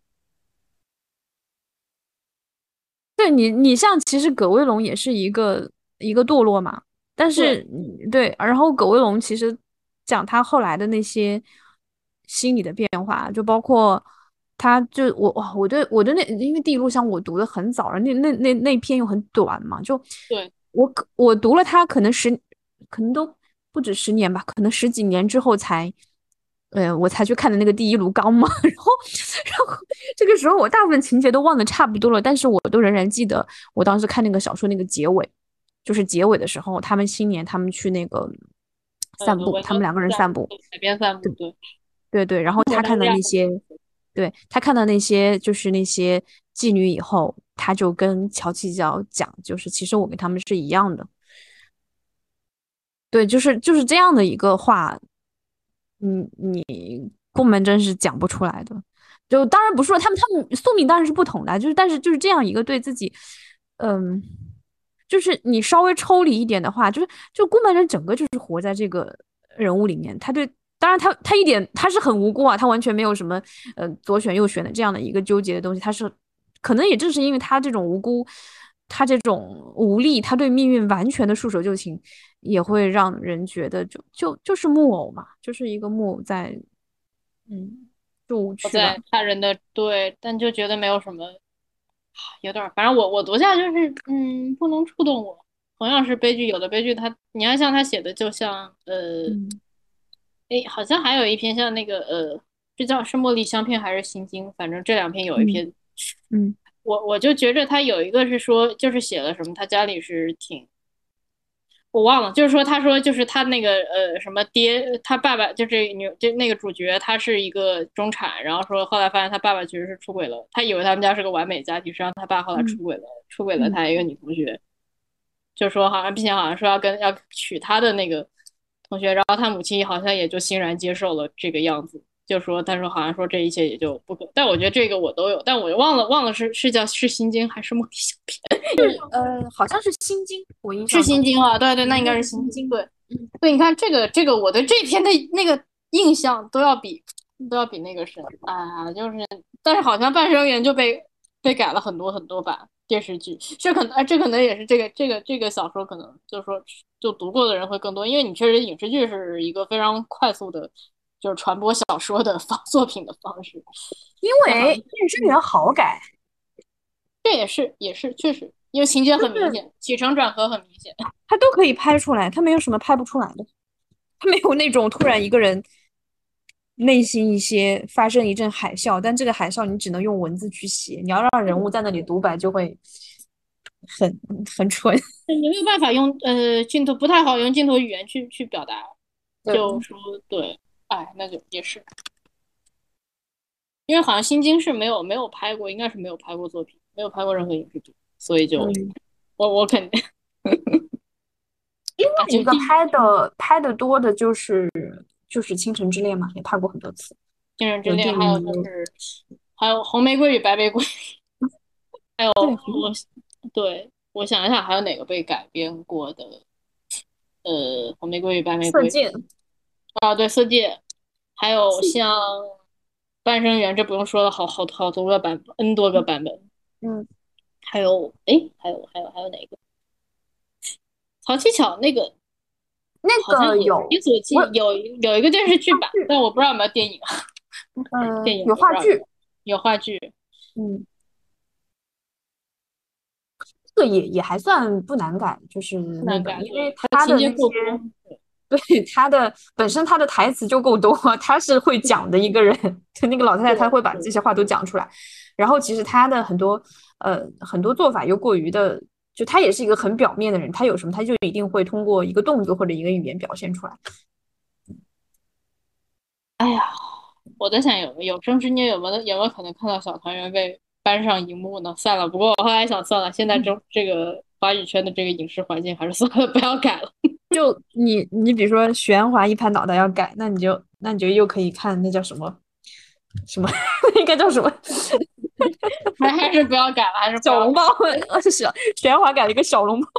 对你像其实葛威龙也是一个堕落嘛，但对是对，然后葛威龙其实讲他后来的那些心理的变化，就包括他就我对那因为第一录像我读的很早了，那篇又很短嘛，就对， 我读了他可能都不止10年吧，可能十几年之后才。我才去看的那个第一炉钢嘛，然后这个时候我大部分情节都忘得差不多了，但是我都仍然记得我当时看那个小说那个结尾，就是结尾的时候，他们新年他们去那个散步， 文学他们两个人散步， 散步， 海边散步， 对对， 对对，然后他我当时让看到那些，对，他看到那些就是那些妓女以后，他就跟乔七角讲，就是其实我跟他们是一样的，对，就是这样的一个话，你宫本真是讲不出来的。就当然不是说他们宿命当然是不同的，就是但是就是这样一个对自己，嗯，就是你稍微抽离一点的话，就宫本真整个就是活在这个人物里面，他对。当然他一点他是很无辜啊，他完全没有什么左选右选的这样的一个纠结的东西，他是可能也正是因为他这种无辜，他这种无力，他对命运完全的束手就擒，也会让人觉得就是木偶嘛，就是一个木偶在就无我趣吧。 在他人的对，但就觉得没有什么，有点儿，反正我读下就是不能触动我。同样是悲剧，有的悲剧你要像他写的，就像嗯诶，好像还有一篇像那个这是茉莉香篇还是心经？反正这两篇有一嗯篇， 嗯我就觉着他有一个是说，就是写了什么，他家里是挺我忘了，就是说，他说就是他那个什么爹，他爸爸就那个主角，他是一个中产，然后说后来发现他爸爸其实是出轨了，他以为他们家是个完美家庭，实际上他爸后来嗯出轨了嗯， 他一个女同学，就说好像并且好像说要娶他的那个同学，然后他母亲好像也就欣然接受了这个样子，就说他说好像说这一切也就不可，但我觉得这个我都有，但我忘了是心经还是茉莉香片。 好像是心经，我印是象中心经啊，对对，那应该是应该是心经。 心经。 对对，你看这个，我对这篇的那个印象都要比那个深啊，就是，但是好像《半生缘》就被改了很多很多版电视剧，这可能也是这个小说可能就是说就读过的人会更多，因为你确实影视剧是一个非常快速的，就是传播小说的作品的方式， 因就好像为健身员好改， 这也是确实，因为情节就是很明显，起承转合很明显。 他都可以拍出来，他没有什么拍不出来的，他没有那种突然一个人内心一些发生一阵海啸，但这个海啸你只能用文字去写，你要让人物在那里独白就会很很蠢。 你没有办法用镜头，不太好用镜头语言去表达，就对， 说对，哎，那就也是，因为好像新京是没有拍过，应该是没有拍过作品，没有拍过任何影视剧，所以就嗯， 我肯定另啊， 外一个拍的多的就是《倾城之恋》嘛，也拍过很多次， 《惊人之恋》， 有电还有影有就是还有《红玫瑰与白玫瑰》， 对对我想一想还有哪个被改编过的，《红玫瑰与白玫瑰》 《色戒》 啊，对，《色戒》，还有像《半生缘》，这不用说了，好多个版本，N 多个版本。 嗯， 还有，诶，还有哪个？曹七巧那个那好像个有有所记， 我有一个电视剧版，但我不知道有没有电影啊。电影有我不知道有没有， 话剧， 有话剧， 嗯，这个也还算不难改，就是那个， 不难改， 因为对，它的情节他的那些够多。 对本身他的台词就够多，他是会讲的一个人。就那个老太太，她会把这些话都讲出来。然后其实他的很多做法又过于的，就他也是一个很表面的人，他有什么他就一定会通过一个动作或者一个语言表现出来。 哎呀，我在想有生之年有没有可能看到小团圆被搬上荧幕呢？算了，不过我后来想算了，现在这个华语圈的这个影视环境还是算了，不要改了。 就你比如说玄华一盘脑袋要改，那你就又可以看那叫什么什么，应该叫什么还是不要改了，还是不要改。 小笼包，是玄华改了一个小笼包。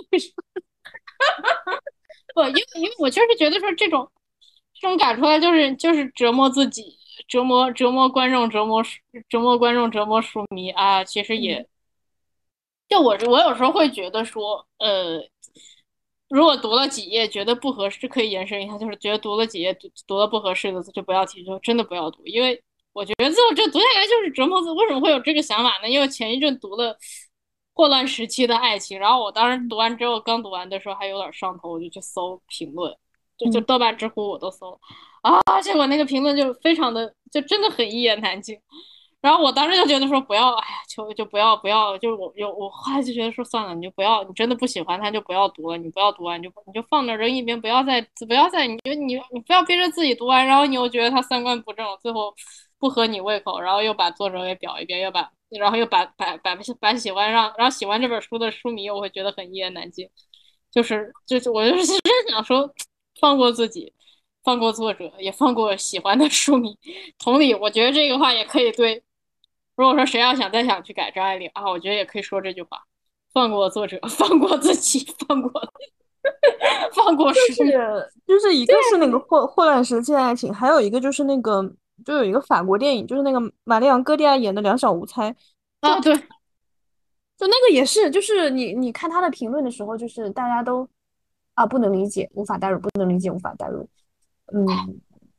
不，因为我就是觉得说这种改出来就是折磨自己，折磨观众，折磨观众，折磨书迷啊。其实嗯也就我有时候会觉得说，如果读了几页觉得不合适，可以延伸一下，就是觉得读了几页读了不合适的字就不要提，就真的不要读，因为我觉得最后这读下来就是折磨自己。为什么会有这个想法呢？因为前一阵读了霍乱时期的爱情，然后我当时读完之后，刚读完的时候还有点上头，我就去搜评论，就嗯， 豆瓣、知乎我都搜了结果那个评论就非常的，就真的很一言难尽。然后我当时就觉得说不要，哎呀，就不要，就是我后来就觉得说算了，你就不要，你真的不喜欢他就不要读了，你不要读完你就放那扔一边，不要再你不要逼着自己读完，然后你又觉得他三观不正，最后不合你胃口，然后又把作者给表一遍，然后又把喜欢这本书的书迷又会觉得很一言难尽，就是我就是其实想说放过自己。放过作者，也放过喜欢的书迷。同理，我觉得这个话也可以对，如果说谁要再想去改张爱玲啊，我觉得也可以说这句话：放过作者，放过自己，放过书迷。 就是一个是那个霍乱时期的爱情，还有一个就是那个就有一个法国电影，就是那个玛丽昂戈蒂亚演的《两小无猜》， 啊，对， 就那个也是，就是你看他的评论的时候，就是大家都不能理解，无法代入，不能理解，无法代入。嗯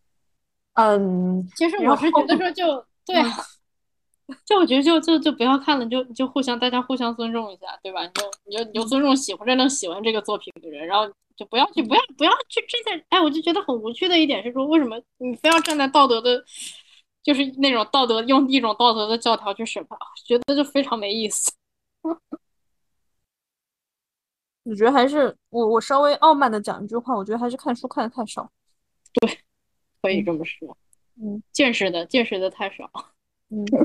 其实我然后是觉得说对啊， 嗯就我觉得就不要看了，就大家互相尊重一下，对吧？你就嗯尊重真正喜欢这个作品的人，然后就不要去站在，哎，我就觉得很无趣的一点是说，为什么你非要站在道德的，就是那种道德用一种道德的教条去审判，觉得就非常没意思。 我觉得还是我稍微傲慢的讲一句话，我觉得还是看书看的太少。 可以嗯这么说， 嗯见识的太少。 嗯，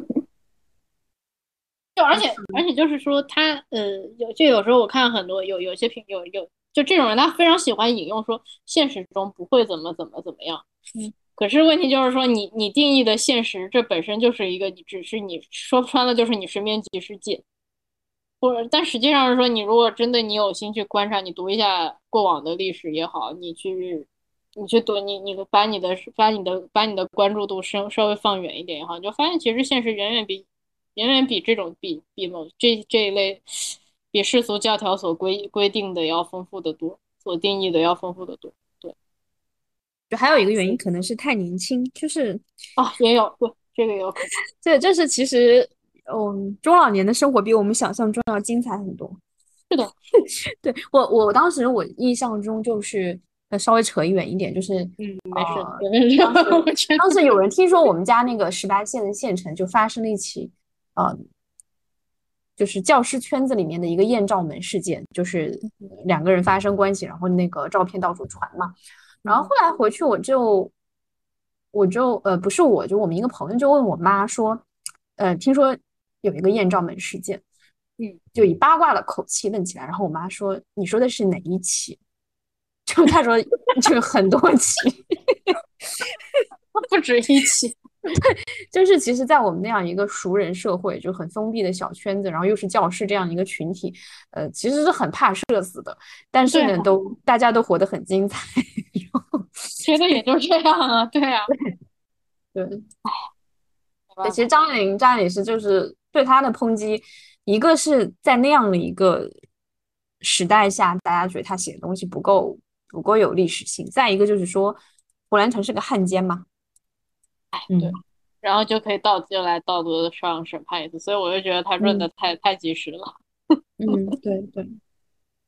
就而且就是而且就是说他有时候我看很多有些就这种人，他非常喜欢引用说现实中不会怎么样。 嗯可是问题就是说你定义的现实，这本身就是一个你只是你说穿了就是你身边即世界，但实际上是说你如果真的你有心去观察，你读一下过往的历史也好，你去读把你的关注度稍微放远一点也好，你就发现其实现实远远比这种这一类比世俗教条所规定的要丰富的多，所定义的要丰富的多。对就还有一个原因可能是太年轻，就是啊，也有对这个也有可能。 这是其实中老年的生活比我们想象中要精彩很多。 是的， 对，我当时我印象中就是稍微扯远一点，就是没事， 呃没事， 当时我觉得当时有人听说我们家那个18线的县城就发生了一起呃就是教师圈子里面的一个艳照门事件，就是两个人发生关系，然后那个照片到处传嘛。然后后来回去我就不是我就我们一个朋友就问我妈说，听说有一个艳照门事件，就以八卦的口气问起来。然后我妈说你说的是哪一起？就她说就很多起。 不止一起。 就是其实，在我们那样一个熟人社会，就很封闭的小圈子，然后又是教师这样一个群体，其实是很怕社死的。但是对啊， 呢，大家都活得很精彩。 觉得也就这样啊，对啊， 对，对， 没办法。 其实张爱玲是就是对她的抨击，一个是在那样的一个时代下，大家觉得她写的东西不够有历史性；再一个就是说，胡兰成是个汉奸嘛。 对， 嗯然后就来道德的上审判一次，所以我就觉得他润的嗯太及时了。 嗯，对对。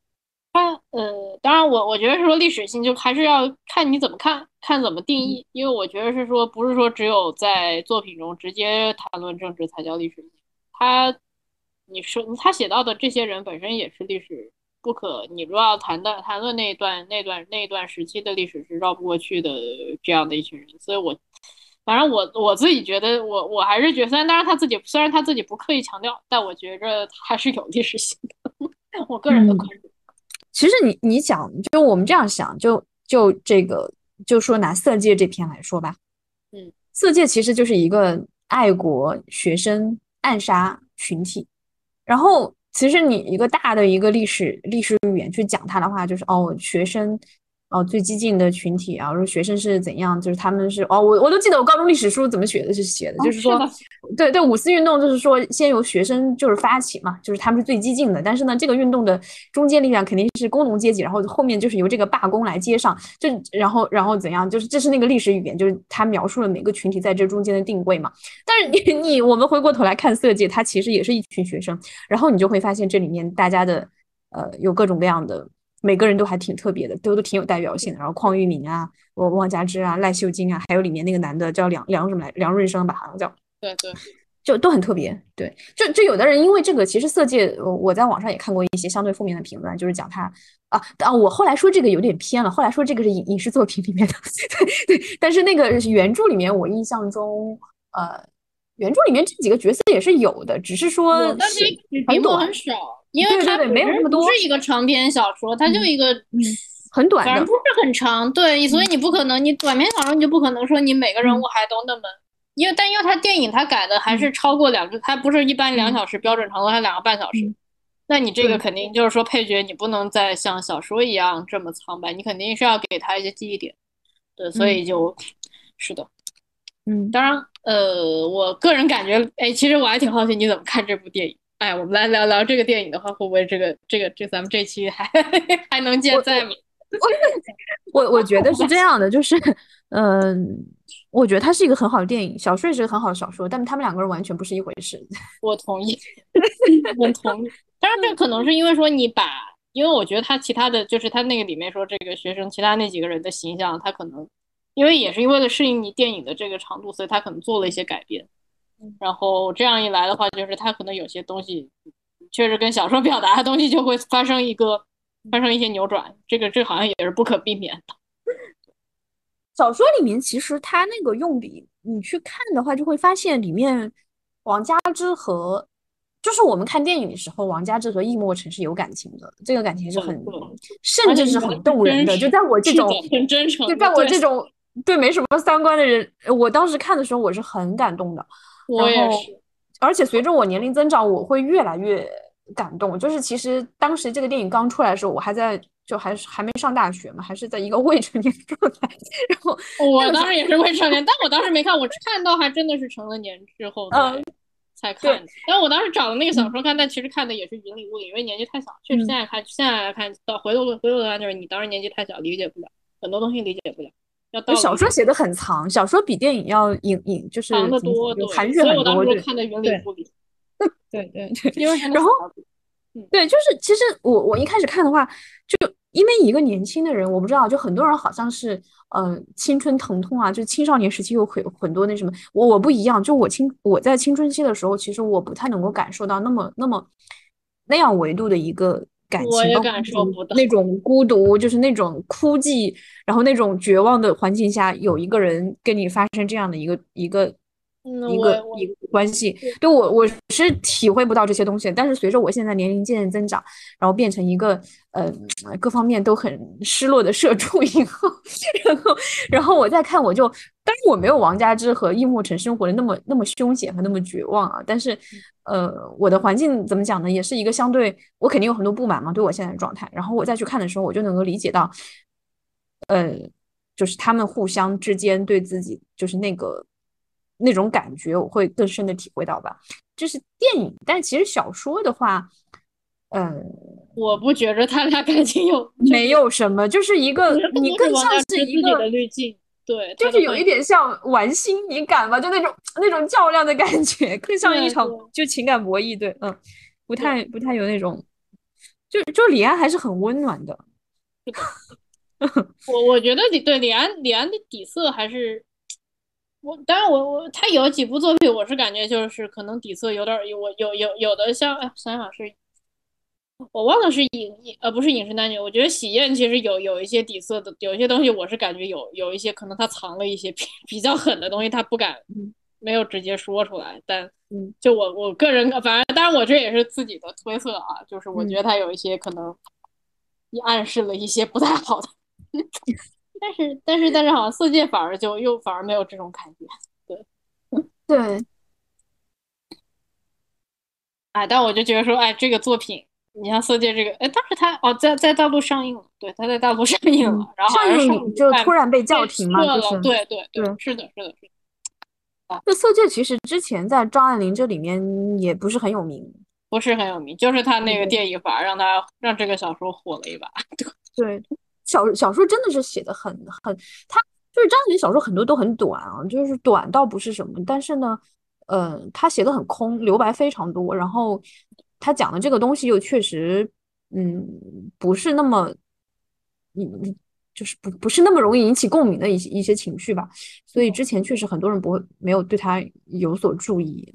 当然我觉得是说历史性就还是要看你怎么看，看怎么定义，因为我觉得是说不是说只有在作品中直接谈论政治才叫历史性，他你说他写到的这些人本身也是历史不可，你如果要谈论那一段时期的历史是绕不过去的这样的一群人，所以反正我自己觉得我还是觉得，虽然他自己不刻意强调，但我觉着他还是有历史性的，我个人的观嗯， 点。 其实你想，就我们这样想，就这个，就说拿《色戒》这篇来说吧， 嗯。 《色戒》其实就是一个爱国学生暗杀群体。然后，其实你一个大的一个历史语言去讲它的话，就是哦，学生哦最激进的群体啊，说学生是怎样，就是他们是哦，我都记得我高中历史书怎么写的， 哦， 就是说， 是的， 对对，五四运动就是说先由学生就是发起嘛，就是他们是最激进的，但是呢，这个运动的中坚力量肯定是工农阶级，然后后面就是由这个罢工来接上，就然后怎样，就是这是那个历史语言，就是他描述了每个群体在这中间的定位嘛。但是我们回过头来看《色戒》，它其实也是一群学生。然后你就会发现这里面大家的有各种各样的，每个人都还挺特别的，都挺有代表性的。然后邝裕民啊，汪家之啊，赖秀晶啊，还有里面那个男的叫梁什么来，梁润生吧，好像叫， 对对， 就都很特别。对，就有的人因为这个，其实《色戒》我在网上也看过一些相对负面的评论，就是讲他我后来说这个有点偏了，后来说这个是影视作品里面的，对对，但是那个原著里面我印象中，呃，原著里面这几个角色也是有的，只是说有，但写是笔墨很很短。 少，因为对对对， 它本没有那么多， 身不是一个长篇小说，它就嗯一个， 嗯，很短的， 反正不是很长，对，所以嗯你不可能，你短篇小说你就不可能说你每个人物嗯还都那么，因为它电影它改的还是嗯超过它不是一般两嗯小时标准长度，它2个半小时， 嗯， 那你这个对， 肯定就是说配角你不能再像小说一样这么苍白，你肯定是要给他一些记忆点，对，所嗯以是的。 嗯， 当然，我个人感觉，哎，其实我还挺好奇你怎么看这部电影。哎，我们来聊聊这个电影的话，会不会咱们这期还还能见在吗？ 我我觉得是这样的，就是，嗯、我觉得它是一个很好的电影，小说也是个很好的小说，但他们两个人完全不是一回事。 我同意，我同意。当然，这可能是因为说因为我觉得他其他的就是他那个里面说这个学生其他那几个人的形象，他可能因为也是为了适应你电影的这个长度，所以他可能做了一些改变。然后这样一来的话，就是他可能有些东西确实跟小说表达的东西就会发生一些扭转，这好像也是不可避免的。 小说里面其实他那个用笔，你去看的话，就会发现里面王佳芝和，就是我们看电影的时候，王佳芝和易墨尘是有感情的，这个感情是很，甚而且至是很你觉得是动人的。就真实， 在我这是的， 种， 很真就在诚的，对， 我这种对没什么三观的人，我当时看的时候我是很感动的。然后， 我也是， 而且随着我年龄增长，我会越来越感动。就是其实当时这个电影刚出来的时候，我还在就还没上大学嘛，还是在一个未成年状态。然后那个时候， 我当时也是未成年，但我当时没看，我看到还真的是成了年之后嗯， 才对， 看的。但我当时找的那个小嗯说看，但其实看的也是云里雾里，因为年纪太小，确实嗯， 现在来看，回头看，就是你当时年纪太小，理解不了很多东西，理解不了，要到了一定小说写的很长，小说比电影要就是怎么讲， 长得多， 就含对， 蓄很多。 所以我当时就对看的云里对雾里， 对对对。 因为还能然后想到，嗯， 对，就是其实我一开始看的话，就因为一个年轻的人，我不知道，就很多人好像是青春疼痛啊，就青少年时期有很多那什么，我不一样，就我在青春期的时候，其实我不太能够感受到那样维度的一个感情， 我也包括感受不到， 那种孤独，就是那种孤寂，然后那种绝望的环境下，有一个人跟你发生这样的嗯，我一个关系，对我是体会不到这些东西的。但是随着我现在年龄渐渐增长，然后变成一个各方面都很失落的社畜以后，然后我再看当然我没有王佳芝和易墨尘生活的那么凶险和那么绝望啊，但是我的环境怎么讲呢，也是一个相对我肯定有很多不满嘛，对我现在的状态，然后我再去看的时候，我就能够理解到，就是他们互相之间对自己就是那种感觉，我会更深的体会到吧。这是电影，但其实小说的话，呃， 我不觉着他俩感情有， 没有什么，就是一我觉个你得更多是王更像是大之自己的一个， 滤镜，对他的幻想， 就是有一点像玩心一感吧，就那种较量的感觉，更像一对对场就情感博弈。对，不对。 太有那种。 就李安还是很温暖的。 是的，我觉得李安的底色还是当然他有几部作品，我是感觉就是可能底色有点有的像，哎，想想是我忘了是不是饮食男女，我觉得喜宴其实有一些底色的，有一些东西我是感觉有一些可能他藏了一些比较狠的东西，他不敢嗯没有直接说出来，但嗯就我个人，反正当然我这也是自己的推测啊，就是我觉嗯， 得他有一些可能也暗示了一些不太好的，但是好像色戒反而反而没有这种感觉，对。 对， 哎，但我就觉得说，哎，这个作品，你像《色戒》这个，哎，当时它在大陆上映了，对，它在大陆上映了，然后好上像是上映就午半突然被叫被停嘛， 撤了， 就是对对对， 对。 是的，是的，是的， 这《色戒》其实之前在张爱玲这里面也不是很有名。 不是很有名，就是他那个对电影反而让这个小说火了一把， 对，小说真的是写的他就是张爱玲小说很多都很短啊，就是短倒不是什么，但是呢，他写的很空，留白非常多，然后他讲的这个东西又确实，不是那么，就是不是那么容易引起共鸣的一些情绪吧，所以之前确实很多人没有对他有所注意。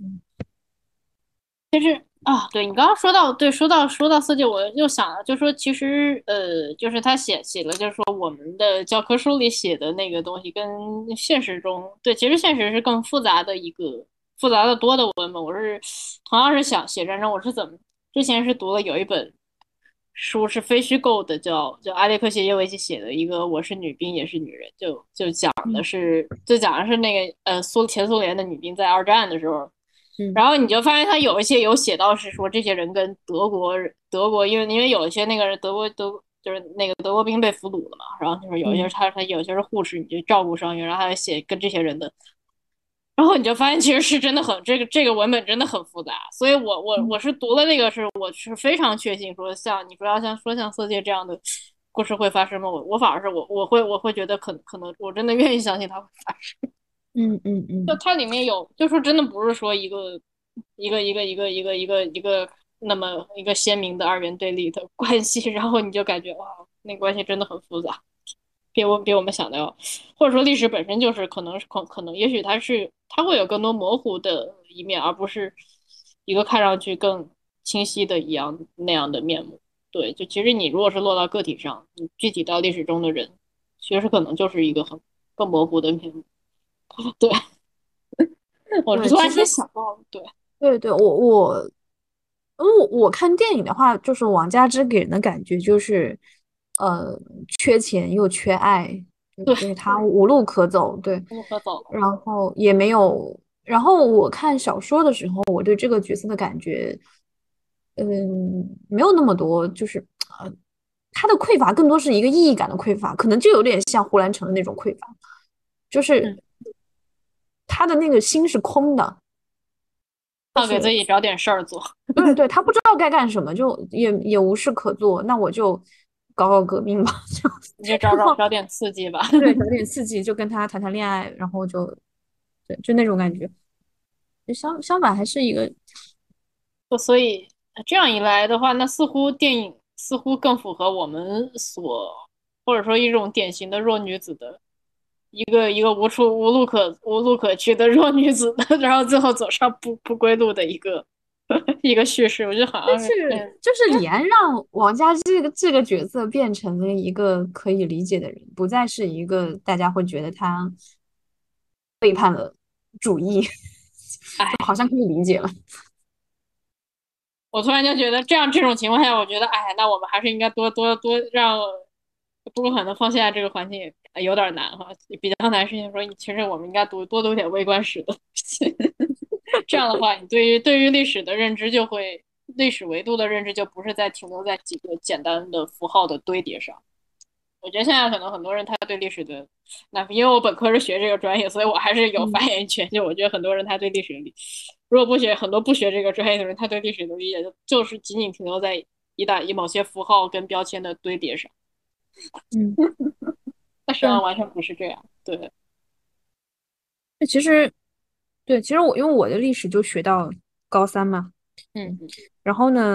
啊，对你刚刚说到，对，说到色戒，我又想了，就说其实就是他写了，就是说我们的教科书里写的那个东西跟现实中，对，其实现实是更复杂的复杂的多的文本。我是同样是想写战争，我是怎么之前是读了有一本书是非虚构的，叫阿列克谢耶维奇写的一个《我是女兵也是女人》， 嗯就讲的是那个前苏联的女兵在二战的时候。 嗯然后你就发现他有一些有写到是说这些人跟德国，因为有一些那个就是那个德国兵被俘虏了嘛，然后就是有一些嗯他有些是护士，你就照顾伤员，然后还写跟这些人的，然后你就发现其实是真的很这个文本真的很复杂，所以我嗯是读了那个我是非常确信说像你说要像色戒这样的故事会发生吗？我反而是我会觉得可能我真的愿意相信它会发生。 嗯嗯嗯就它里面有，就说真的不是说一个那么一个鲜明的二元对立的关系，然后你就感觉哇，那关系真的很复杂，比我们想的要，或者说历史本身就是可能也许它会有更多模糊的一面，而不是一个看上去更清晰的那样的面目。对，就其实你如果是落到个体上，你具体到历史中的人，其实可能就是一个更模糊的面目。对。我是对， 突然间其实想到了，对对对，因为我看电影的话，就是王佳芝给人的感觉就是，呃，缺钱又缺爱， 对， 就是他无路可走，对， 不可走了。 然后也没有，然后我看小说的时候，我对这个角色的感觉，没有那么多，就是他的匮乏更多是一个意义感的匮乏，可能就有点像胡兰成的那种匮乏，就是嗯， 他的那个心是空的。 要给自己找点事儿做， 对对，他不知道该干什么，就也无事可做，那我就搞革命吧，就你就找然后找找点刺激吧。 对，找点刺激，就跟他谈谈恋爱，然后对，就那种感觉。就相反，还是一个所以这样一来的话，那似乎电影似乎更符合我们或者说一种典型的弱女子的一个无路可去的弱女子的，然后最后走上不归路的一个叙事。我觉得好像是， 就是李安让王佳这个角色变成了一个可以理解的人，不再是一个大家会觉得他背叛了主义，就哎， 好像可以理解了。 我突然就觉得这种情况下，我觉得，哎，那我们还是应该多让，不过可能放现在这个环境也有点难哈，比较难。事情说，其实我们应该多读点微观史的东西，这样的话，你对于历史维度的认知就不是停留在几个简单的符号的堆叠上。我觉得现在可能很多人他对历史的，那因为我本科是学这个专业，所以我还是有发嗯， 言权。就我觉得很多人他对历史如果很多不学这个专业的人，他对历史的理解就是仅仅停留在某些符号跟标签的堆叠上， 嗯， 但实际上对， 完全不是这样。对， 其实对，其实因为我的历史就学到高三嘛。 嗯嗯然后呢，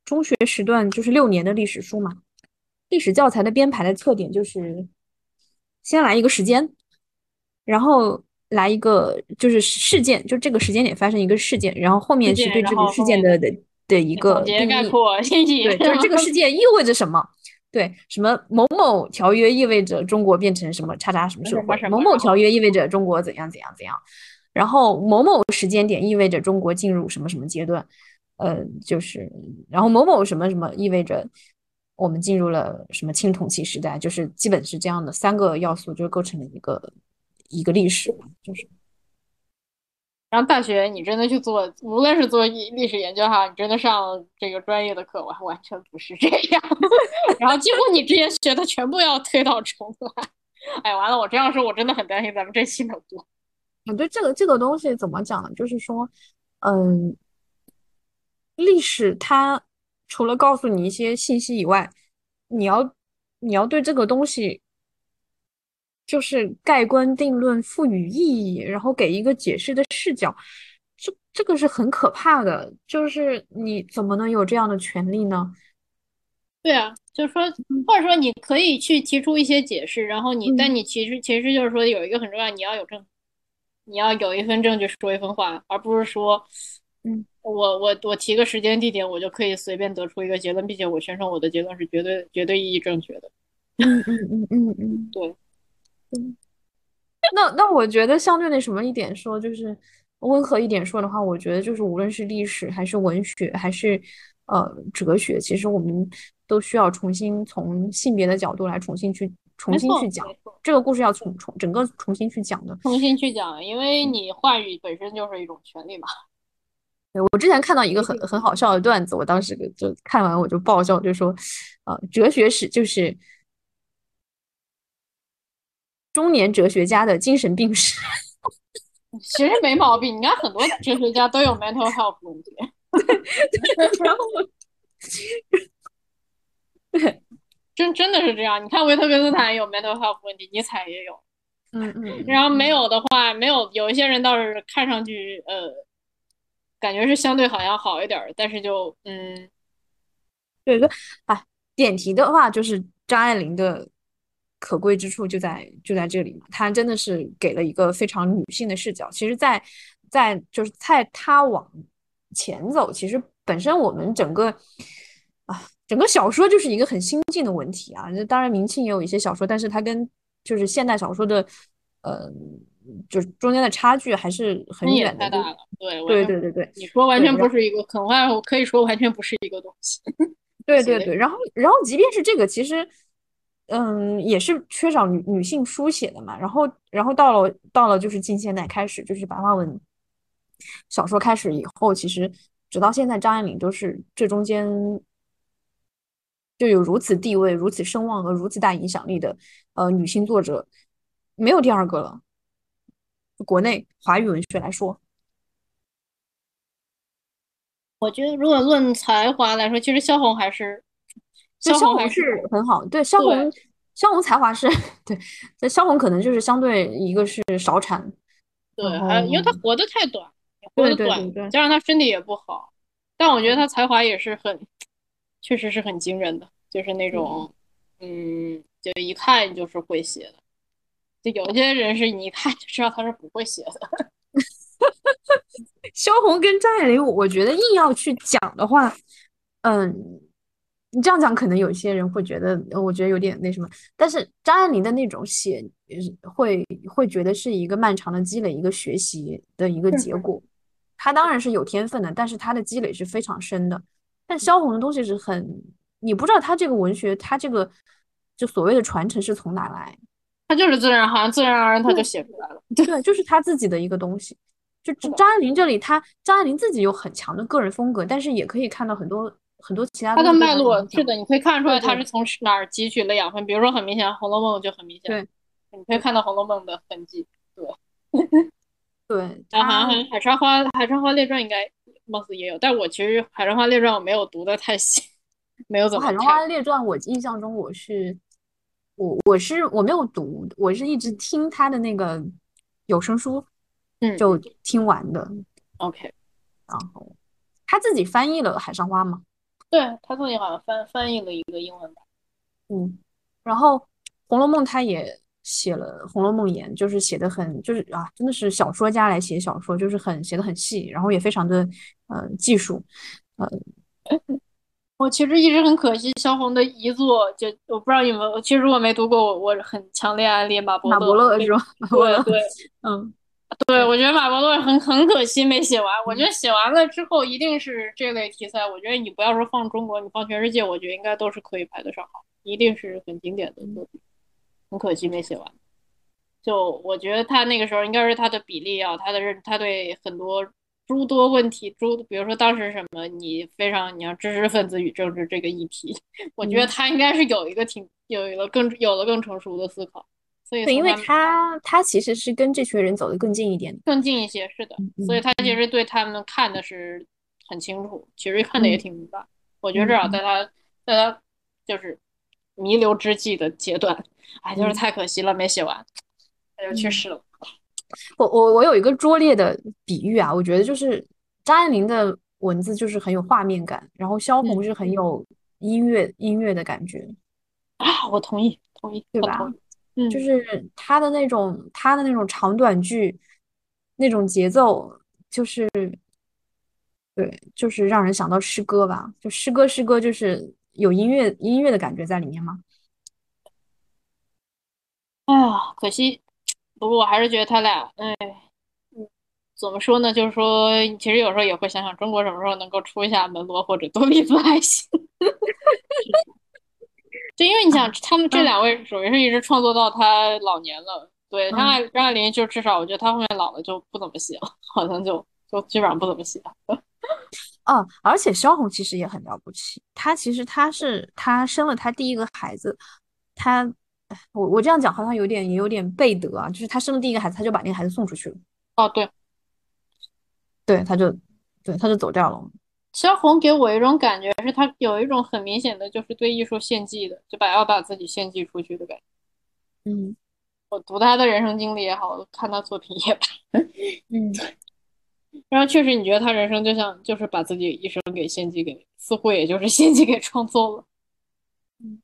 中学时段就是6年的历史书嘛，历史教材的编排的特点就是先来一个时间，然后来一个就是事件，就这个时间点发生一个事件，然后后面是事件，然对这个后后面的事件的一总个结概定义。 括信息， 对，就是这个事件意味着什么？对，什么某某条约意味着中国变成什么叉叉什么社会， 什么什么， 某某然后条约意味着中国怎样怎样怎样，然后某某时间点意味着中国进入什么什么阶段，就是然后某某什么什么意味着我们进入了什么青铜器时代，就是基本是这样的3个要素，就构成了一个历史嘛，就是。 然后大学你真的去做，无论是做历史研究哈，你真的上这个专业的课，完全不是这样。然后几乎你之前学的全部要推倒重来。哎，完了，我这样说，我真的很担心咱们这期能播。 对这个东西怎么讲呢？就是说，嗯，历史它除了告诉你一些信息以外，你要你要对这个东西就是盖棺定论、赋予意义，然后给一个解释的视角，这个是很可怕的。就是你怎么能有这样的权利呢？ 对啊，就是说， 嗯或者说你可以去提出一些解释，然后但嗯你其实就是说有一个很重要，你要有一份证据说一份话，而不是说嗯我提个时间地点，我就可以随便得出一个结论，并且我宣称我的结论是绝对意义正确的。 嗯嗯嗯嗯嗯。 对， 嗯那我觉得相对那什么一点说，就是温和一点说的话，我觉得就是无论是历史还是文学还是哲学，其实我们都需要重新从性别的角度来重没新去讲错没错， 这个故事，要整个重新去讲的。 重新去讲，因为你话语本身就是一种权利嘛。 对，我之前看到一个很好笑的段子，我当时就看完我就爆笑，就说，哲学史就是中年哲学家的精神病史。 其实没毛病，你看很多哲学家都有 mental health 问题。 然后对， 真的是这样。你看维特根斯坦也有 mental health 问题，尼采也有。 嗯嗯然后没嗯有的话，没有有一些人倒是看上去感觉是相对好像好一点儿，但是就对对，哎，点题的话，就是张爱玲的可贵之处就在这里嘛，她真的是给了一个非常女性的视角。其实在就是在她往前走，其实本身我们整个小说就是一个很新进的问题啊。那当然，明清也有一些小说，但是它跟就是现代小说的呃，就是中间的差距还是那也很远的。就太大了。对，完全对对对对你说完对， 全不是一个，很快我可以说完全不是一个东西。写的对对对，然后即便是这个，其实，也是缺少女性书写的嘛。然后到了就是近现代开始，就是白话文小说开始以后，其实直到现在，张爱玲都是这中间就有如此地位、如此声望和如此大影响力的女性作者，没有第二个了。国内华语文学来说， 我觉得如果论才华来说，其实对， 萧红还是萧红是很好，对，萧对红，萧红才华是，对，这萧红可能就是相对一个是少产，然对，还后因为他活得太短，活对得短， 对对对加上他身体也不好，但我觉得对， 他才华也是确实是很惊人的，就是那嗯， 种就一看就是会写的。就有些人是你一看就知道他是不会写的。 萧红跟张爱玲，我觉得硬要去讲的话，嗯，你这样讲可能有些人会觉得，我觉得有点那什么，但是张爱玲的那种写，会觉得是一个漫长的积累，一个学习的一个是是结果。她当然是有天分的，但是她的积累是非常深的。但萧红的东西是很，你不知道她这个文学，她这个就所谓的传承是从哪来。 他就是自然，好像自然而然他就对写出来了。 对，就是他自己的一个东西。就是的， 张爱玲这里，张爱玲自己有很强的个人风格，但是也可以看到很多很多其他他的东西对脉络她的影响。 是的，你可以看出来他是对对从哪儿汲取了养分。比如说很明显，《红楼梦》就很明显， 对你可以看到《红楼梦》的痕迹。对， 对， 然后好她， 像海上花列传应该貌似也有，但我其实海上花列传我没有读的太细，没有我《海上怎么看。 花列传》，我印象中我没有读，我是一直嗯听她的那个有声书就嗯嗯听完的。 ，OK。 然后她自己翻译了《海上花》吗？ 对，他自己好像翻译了一个英文版。 嗯，然后《红楼梦》他也写了《红楼梦言》，就是写的很，就是啊，真的是小说家来写小说，就是写的很细，然后也非常的技术。呃， 我其实一直很可惜萧红的遗作，就我不知道有没有，其实我没读过，我很强烈安利马伯马伯乐。 乐是吧？马伯乐， 对对嗯， 对， 对， 我觉得马伯乐很可惜没写完。我觉嗯得写完了之后一定是这类题材，我觉得你不要说放中国，你放全世界，我觉得应该都是可以排得上号，一定是很经典的作品。很可惜没写完。就我觉得他那个时候应该是他的比例啊，他对很多诸多问题，比如说当时什么，你要知识分子与政治这个议题，我觉得嗯， 他应该是有了更成熟的思考，所以对，因为从他他其实是跟这群人走得更近一点的。 更近一些，是的，所以他其嗯实对他们看的是很清楚，其实看的也嗯挺明白。我觉得至少在嗯嗯他就是弥留之际的阶段，哎，就是嗯太可惜了，没写完，他就去嗯， 世了。 我有一个拙劣的比喻啊，我觉得就是张爱玲的文字就是很有画面感，然后萧红嗯。 是很有音乐的感觉， 啊，我同意，同意， 对吧？ 很同意。 就嗯， 是他的那种长短句，那种节奏，就是对，就是让人想到诗歌吧。就诗歌就是有音乐的感觉在里面嘛。 哎呀，可惜。不过我还是觉得他俩，哎，嗯，怎么说呢？就是说，其实有时候也会想想，中国什么时候能够出一下门罗或者多丽丝还行。就因为你想，他们这嗯两位属于是一直创作到他老年了。对， 嗯。 张爱玲，就至少我觉得她后面老了就不怎么写了，好像就基本上不怎么写了。 哦，而且萧红其实也很了不起，她其实她生了她第一个孩子，她，哎我这样讲好像也有点背德啊，就是她生了第一个孩子，她就把那个孩子送出去了， 哦，对， 对，她就走掉了， 萧红给我一种感觉是，她有一种很明显的就是对艺术献祭的，要把自己献祭出去的感觉。 嗯我读他的人生经历也好，看他作品也罢， 嗯然后确实你觉得他人生就是把自己一生给献祭给，似乎也就是献祭给创作了。 嗯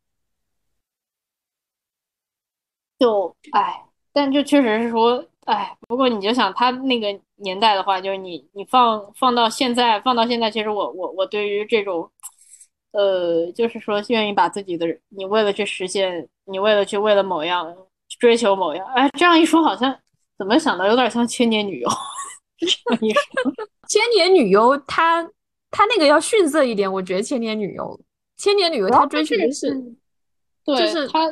就哎，但就确实是说，哎，不过你就想他那个年代的话，就是你放到现在，其实我对于这种，就是说愿意把自己的你为了去实现，你为了某样追求某样，哎，这样一说好像怎么想到有点像千年女优。这样一说。 千年女优她那个要逊色一点，我觉得千年女优主要她追求的是， 是就是对他，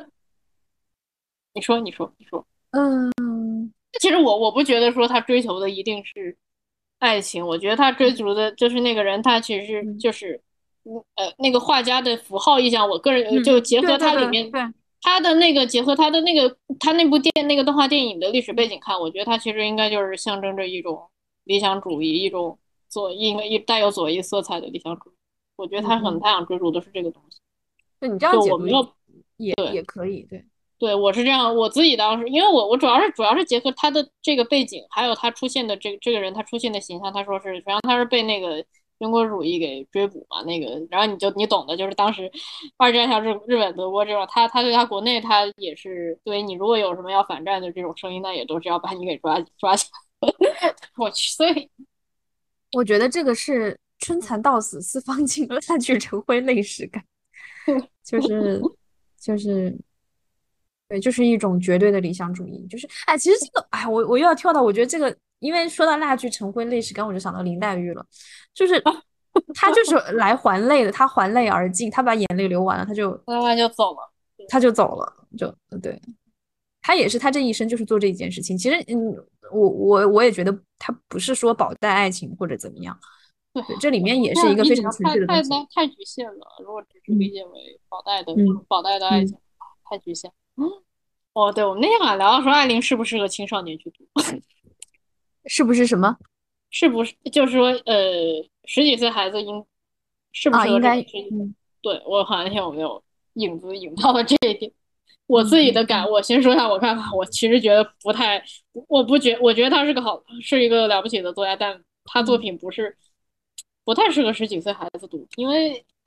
你说， 嗯其实我不觉得说他追求的一定是爱情，我觉得他追求的就是那个人，他其实嗯就是那个画家的符号意象，我个人就嗯， 结合对对他里面对对， 他的那个结合他的那个他那个动画电影的历史背嗯景看，我觉得他其实应该就是象征着一种理想主义，一种应该带有左翼色彩的理想主义。我觉得嗯， 他想追逐的是这个东西。 就你这样解读就我没有也可以，对。 对，我是这样，我自己当时，因为我主要是结合他的这个背景，还有他出现的这个人他出现的形象，他说是，实际上他是被那个军国主义给追捕嘛，那个，然后你懂的，就是当时二战像日本、德国这种，他对他国内他也是，对你如果有什么要反战的这种声音，那也都是要把你给抓起来。我去，所以我觉得这个是春蚕到死丝方尽，烂去成灰泪始干，就是就是对，就是一种绝对的理想主义。就是哎，其实这个哎，我又要跳到，我觉得这个，因为说到蜡炬成灰泪始干，我就想到林黛玉了，就是她就是来还泪的，她还泪而尽，她把眼泪流完了，她就慢慢就走了。 她就走了，就对。她也是，她这一生就是做这一件事情。其实，我也觉得她不是说保带爱情或者怎么样， 对， 对，这里面也这是一个非样理解的常纯粹的东西。 太局限了。如果只是理嗯解为嗯保带的爱嗯， 情，太局限。哦，对，我们那天晚上聊到说艾琳适不适合青少年去读， 是不是什么是不是就是说十几岁孩子适不啊？ 适合这个？ 应该对，我好像那天我没有引到了这一点。我自己的嗯我先说一下我看法。我其实觉得不太，我觉得他是一个了不起的作家，但他作嗯品不太适合十几岁孩子读，因为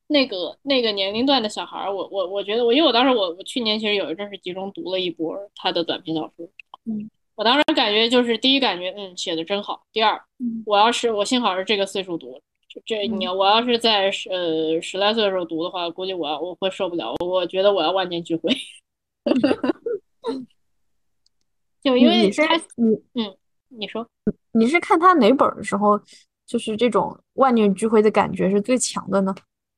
那个年龄段的小孩儿，我觉得因为我当时我去年其实有一阵是集中读了一波他的短篇小说， 嗯我当时感觉就是第一感觉写的真好，第二嗯我幸好是这个岁数读， 嗯我要是在10来岁的时候读的话，估计我会受不了，我觉得我要万念俱灰，就因你你是为他你你说。 你是看他哪本儿的时候，就是这种万念俱灰的感觉是最强的呢？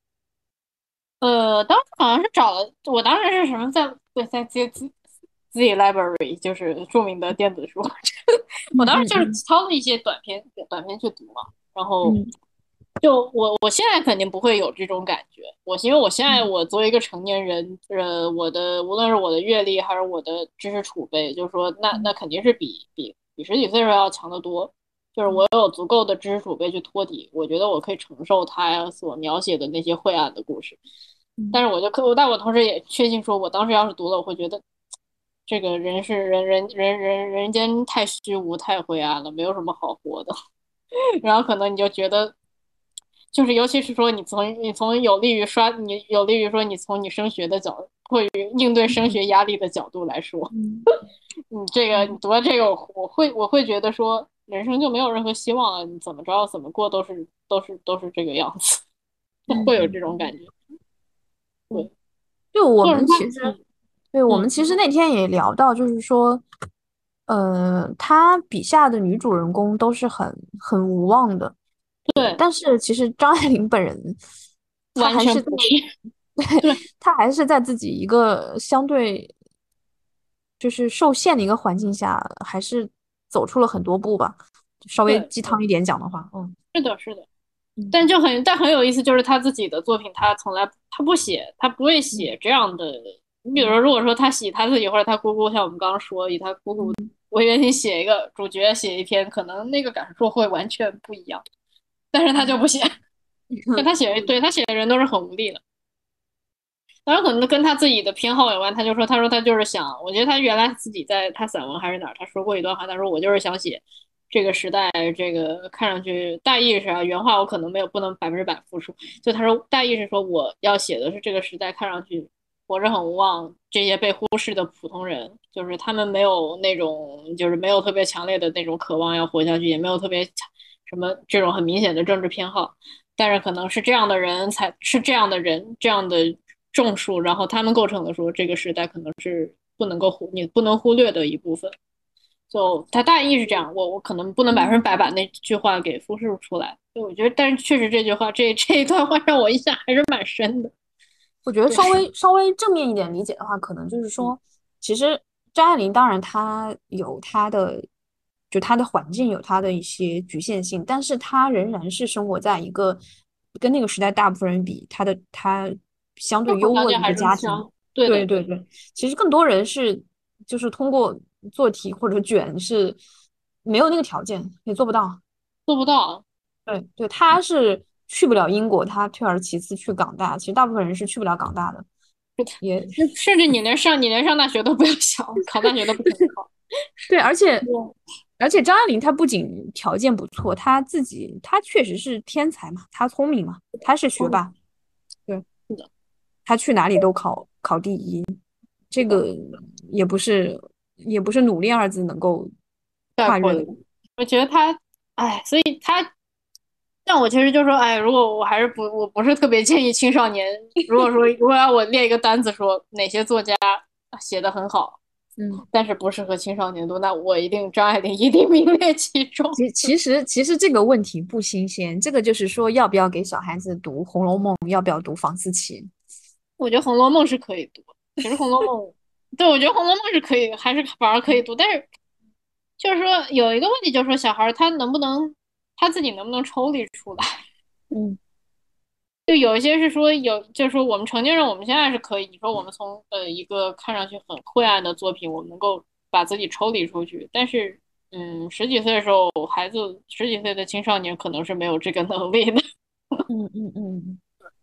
当时好像是找了，我当时是什么在接自己 library，就是著名的电子书， 嗯我当时就是嗯嗯抄了一些短篇去读嘛，然后嗯就我现在肯定不会有这种感觉，因为我现在嗯我作为一个成年人，无论是我的阅历还是我的知识储备，就是说那嗯肯定是比十几岁时候要强得多。就是嗯我有足够的知识储备去托底，我觉得我可以承受他所描写的那些晦暗的故事。但嗯是但我同时也确信说，我当时要是读了，我会觉得这个人间太虚无、太灰暗了，没有什么好活的。然后可能你就觉得，就是尤其是说你从有利于说你从你升学的应对升学压力的角度来说， 嗯你读了这个，我会觉得说，人生就没有任何希望了，你怎么着怎么过都是这个样子，会有这种嗯感觉。 嗯， 对， 就我或者说， 们其实，对，我们其实那天也聊到，就是说，他笔下的女主人公都是很无望的，对， 对， 但是其实张爱玲本人，她完还是在， 全不是。 对， 对她还是在自己一个相对就是受限的一个环境下，还是走出了很多步吧。就稍微对， 鸡汤一点讲的话， 是的，是的。 嗯但很有意思，就是他自己的作品，他不写，他不会嗯写这样的。你比如说， 嗯如果说他写他自己或者他姑姑，像我们刚刚说，以他姑姑嗯为原型写一个主角，写一篇，可能那个感受会完全不一样。但是他就嗯不写，但他写的人都是很无力的。当然，可能跟他自己的偏好有关。他说他就是想，我觉得他原来自己在他散文还是哪儿，他说过一段话，他说我就是想写这个时代，这个看上去大意是啊，原话我可能不能100%复述。就他说大意是说我要写的是这个时代看上去活着很无望，这些被忽视的普通人，就是他们没有那种，就是没有特别强烈的那种渴望要活下去，也没有特别什么这种很明显的政治偏好。但是可能是这样的人才是这样的人，这样的众数，然后他们构成了说这个时代可能是你不能忽略的一部分。就他大意是这样，我可能不能100%把那句话给复述出来。就我觉得，但是确实这句话这一段话让我印象还是蛮深的。 我觉得对， 稍微正面一点理解的话，可能就是嗯， 说，其实张爱玲当然她有她的，就她的环境有她的一些局限性，但是她仍然是生活在一个跟那个时代大部分人比，她相对生活条件还优渥的一个家庭。 对的，对的， 对对对，其实更多人是就是通过做题或者卷是没有那个条件，也做不到。 做不到。 对对，他是去不了英国，他退而其次去港大。其实大部分人是去不了港大的，也甚至你连上大学都不要想，考大学都不可能考。 对，而且对， 而且张爱玲她不仅条件不错，她确实是天才嘛，她聪明嘛，她是学霸，对， 是的， 她去哪里都考第一， 是的， 这个也不是努力二字能够跨越的。 概括的。我觉得他，哎，所以他但我其实就说，哎，如果我不是特别建议青少年，如果要我列一个单子说哪些作家写的很好， 嗯。 但是不适合青少年读，那张爱玲一定名列其中。 其实这个问题不新鲜，这个就是说要不要给小孩子读《红楼梦》，要不要读房思琪？ 我觉得《红楼梦》是可以读，其实《红楼梦》，对，我觉得《红楼梦》是可以，还是反而可以读，但是就是说有一个问题，就是说小孩他自己能不能抽离出来？ 嗯就有一些是说就是说我们成年人，我们现在是可以，你说我们从一个看上去很晦暗的作品，我们能够把自己抽离出去，但是十几岁的时候，十几岁的青少年可能是没有这个能力的。 嗯，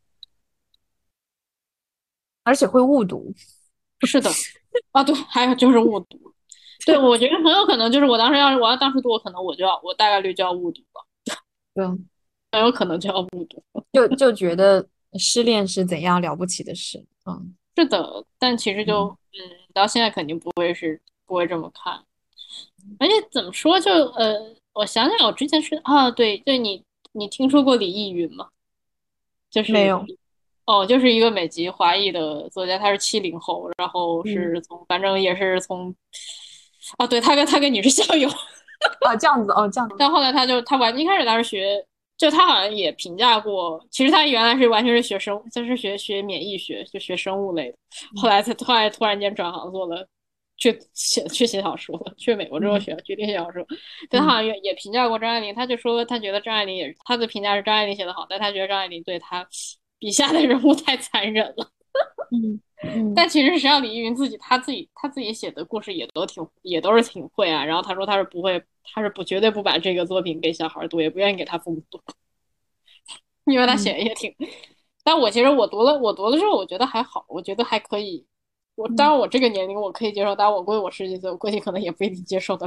而且会误读。 是的，啊，对，还有就是误读。对，我觉得很有可能就是我要当时读，我大概率就要误读了， 对， 很有可能就要误读。 就觉得失恋是怎样了不起的事。嗯是的，但其实就嗯到现在肯定不会这么看。而且怎么说我想想，我之前是对对，你听说过李易云吗？就是没有。 就是一个美籍华裔的作家，他是70后，然后嗯反正也是从对，他跟你是校友。 这样子这样子。 但后来一开始他是学，就他好像也评价过，其实他原来是完全是学生，就是学免疫学，就学生物类的，后来突然间转行做了。去写小说了，去美国之后嗯决定写小说。但他好嗯像也评价过张爱玲，他就说他觉得张爱玲也是他的评价是张爱玲写的好，但他觉得张爱玲对他笔下的人物太残忍了。 嗯嗯但其实实际上李易云他自己写的故事也都是挺会啊。然后他说他是不会，他是绝对不把这个作品给小孩读，也不愿意给他父母读，因为他写嗯的也挺。但其实我读的时候，我觉得还好，我觉得还可以。当嗯。 然我这个年龄我可以接受，当然我估计我10几岁，我估计可能也不一定接受得了。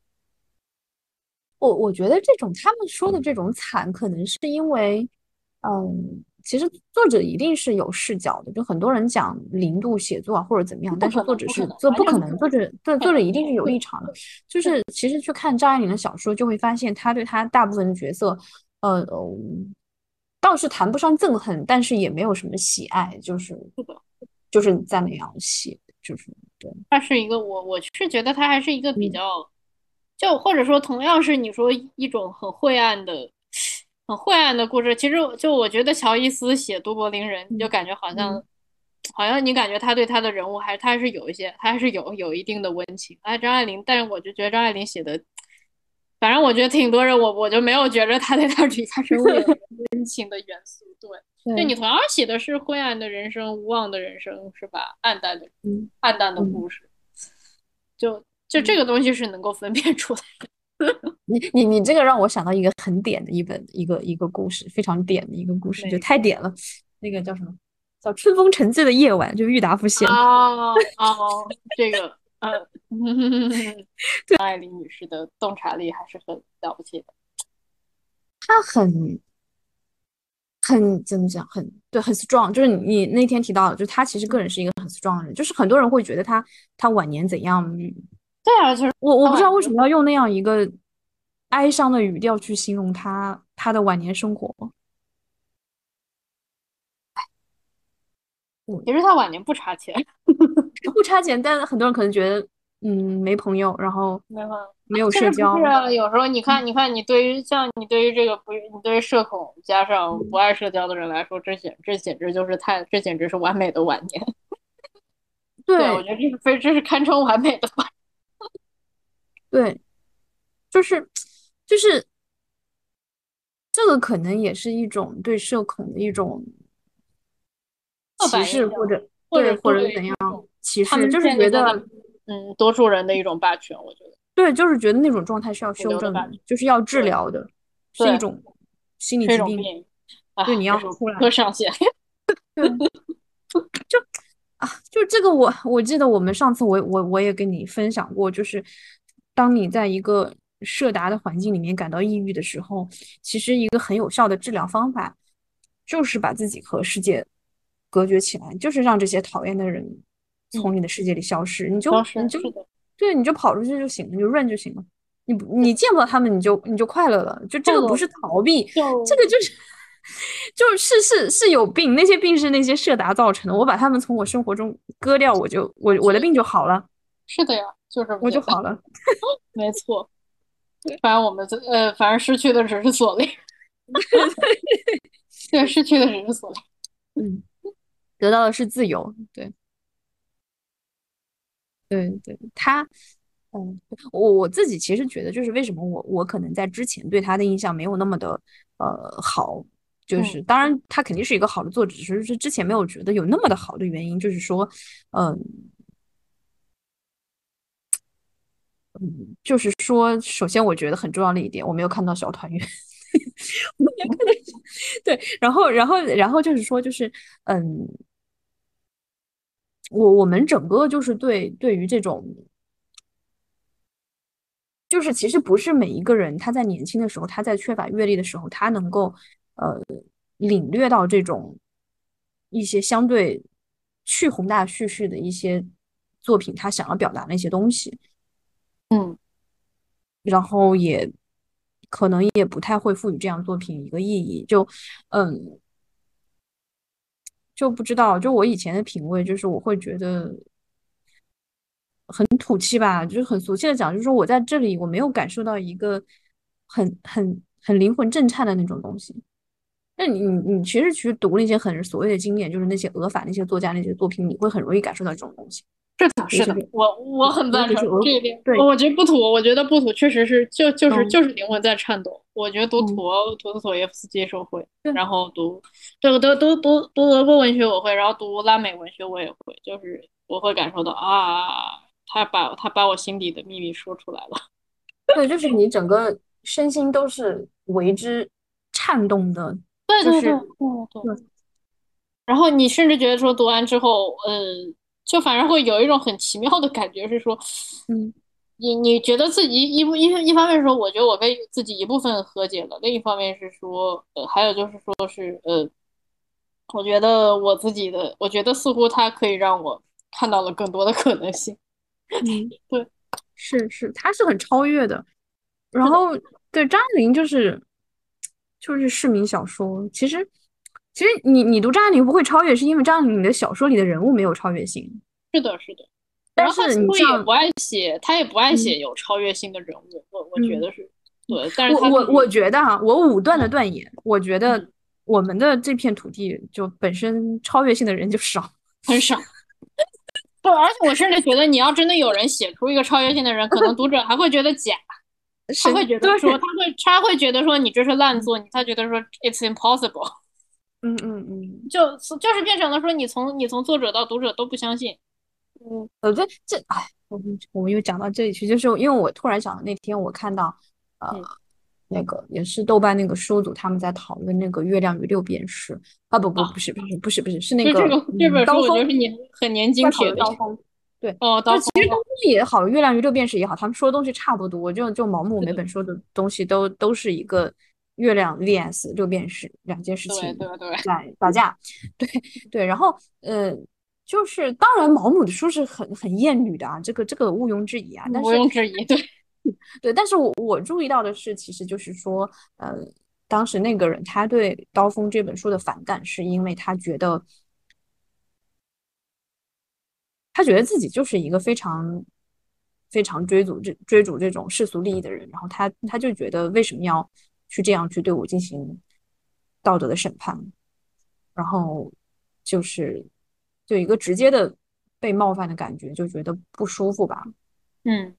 我觉得这种他们说的这种惨，可能是因为，其实作者一定是有视角的。就很多人讲零度写作啊，或者怎么样，但是不可能， 作者是不可能，完全不可不可能，作者一定是有立能。 场的。就是其实去看张爱玲的小说，就会发现他对他大部分的角色，呃，倒是谈不上憎恨，但是也没有什么喜爱， 是的， 就是在那样写，就是对。 它是一个我是觉得它还是一个比嗯较，就或者说同样是你说一种很晦暗的故事。其实就我觉得乔伊斯写都柏林人，你就嗯感觉好像嗯你感觉他对他的人物他还是有一些，他还是有一定的温情。张爱玲，但是我就觉得张爱玲写的，反正我觉得挺多人我就没有觉得他对他底下人物有温情的元素。对，就对。 你同样写的是灰暗的人生、无望的人生，是吧？ 嗯暗淡的嗯故事，就这嗯。 个东西是能够分辨出来的。 你这个让我想到一个很点的一个故事，非常点的一个故事，就那个太点了。那个叫什么？叫《春风沉醉的夜晚》，就郁达夫写的。 这个艾琳女士的洞察力还是很了不起的。 他很怎么讲，对，很 strong。就是你那天提到的，就是他其实个人是一个很 strong 的人，就是很多人会觉得他晚年怎样。 对啊，就是我不知道为什他晚年。 么要用那样一个哀伤的语调去形容他的晚年生活。 其实他晚年不差钱。 不差钱，但很多人可能觉得，没朋友，然后没有， 没有其实不是社交。 啊。有时候你看，你对于这个不，你对于社恐加上不嗯， 爱社交的人来说，这简直是完美的晚年。对，我对觉得这是堪称完美的晚对，就是就是这个可能也是一种对社恐的一种刻歧视， 板印象， 或者对， 或者或者是怎样歧视， 他们就是建立在觉得多数人的一种霸权。我觉得对，就是觉得那种状态是要主修正的， 流的霸权。 就是要治对疗的，是一对， 种心理是一疾病。 种病对，你这首要出来。 歌上线。 对。就这个我记得我们上次我也跟你分享过，就是当你在一个社达的环境里面感到抑郁的时候，其实一个很有效的治疗方法就是把自己和世界隔绝起来，就是让这些讨厌的人从嗯， 你的世界里消失，你就当你就时是的。 对，你就跑出去就行了，你就润就行了。你见不到他们，你就快乐了。就这快乐个不是逃避，这就个就是是有病，那些病是那些社达造成的。我把他们从我生活中割掉，我的病就好了， 是的呀，就这么简单。 我就好了。 没错。 对反正失去的只是锁链。对，失去的只是锁链。 嗯，得到的是自由。对对对，我自己其实觉得，就是为什么我可能在之前对他的印象没有那么的好，就嗯是当然他肯定是一个好的作者，只是之前没有觉得有那么的好的原因，就是说，嗯、就是说，首先我觉得很重要的一点，我没有看到小团圆。我没有看到。对，然后就是说，就是嗯，我们整个就是对于这种，就是其实不是每一个人他在年轻的时候，他在缺乏阅历的时候，他能够领略到这种。 一些相对去宏大叙事的一些作品，他想要表达的一些东西， 嗯然后也可能也不太会赋予这样作品一个意义，嗯，就不知道，就我以前的品味，就是我会觉得很土气吧，就是很俗气的讲，就是说我在这里我没有感受到一个很灵魂震颤的那种东西。那你其实去读了一些很所谓的经典，就是那些俄法那些作家那些作品，你会很容易感受到这种东西， 是的，是的， 尤其是我很赞成尤其是俄， 这一点。 对， 我觉得不土，我觉得不土确实是嗯灵魂在颤抖。我觉得读嗯， 陀思妥耶夫斯基时候会， 对然后这个读俄国文学我会，然后读拉美文学我也会，就是我会感受到啊，他把我心底的秘密说出来了。 对，就是你整个身心都是为之颤动的， 对对对就是对对。 对， 然后你甚至觉得说读完之后，就反而会有一种很奇妙的感觉，是说， 嗯你觉得自己一方面是说，我觉得我跟自己一部分和解了，另一方面是说，还有就是说是，我觉得我自己的，我觉得似乎它可以让我看到了更多的可能性。 嗯， 对， 是，它是很超越的。然是的， 后对张爱玲就是市民小说，其实你读张爱玲不会超越，是因为张爱玲的小说里的人物没有超越性， 是的，是的。然但是后他似乎也不你像爱写，他也不爱嗯写有超越性的人物，我觉嗯。 得是对，但是我觉得哈，我武断的嗯断言，我觉得嗯我们的这片土地就本身超越性的人就少。 很少。对，而且我甚至觉得，你要真的有人写出一个超越性的人，可能读者还会觉得假，他会觉得说， 对， 他会觉得说你这是烂作，他觉得说 it's impossible， 嗯嗯嗯， 就是变成了说你从作者到读者都不相信。嗯哎，我们又讲到这里去，就是因为我突然想到那天我看到，呃， 嗯， 那个也是豆瓣那个书组他们在讨论那个《月亮与六便士》啊，不是，是那就个这本书， 刀锋， 我觉得是你很年在讨经铁的论刀锋。对， 哦， 就其实刀刀锋哦， 锋也好，《月亮与六便士》也好，他们说的东西差不多。就毛姆是的， 每本说的东西都是一个月亮 vs 六便士两件事情对对对， 在打架。对对，然后就是当然毛姆的书是很艳女的啊，这个毋庸置疑啊。但毋是庸置疑，对， 对，但是我注意到的是，其实就是说，当时那个人他对《刀锋》这本书的反感，是因为他觉得自己就是一个非常追逐这种世俗利益的人，然后他就觉得为什么要去这样去对我进行道德的审判，然后就是就一个直接的被冒犯的感觉，就觉得不舒服吧。 嗯。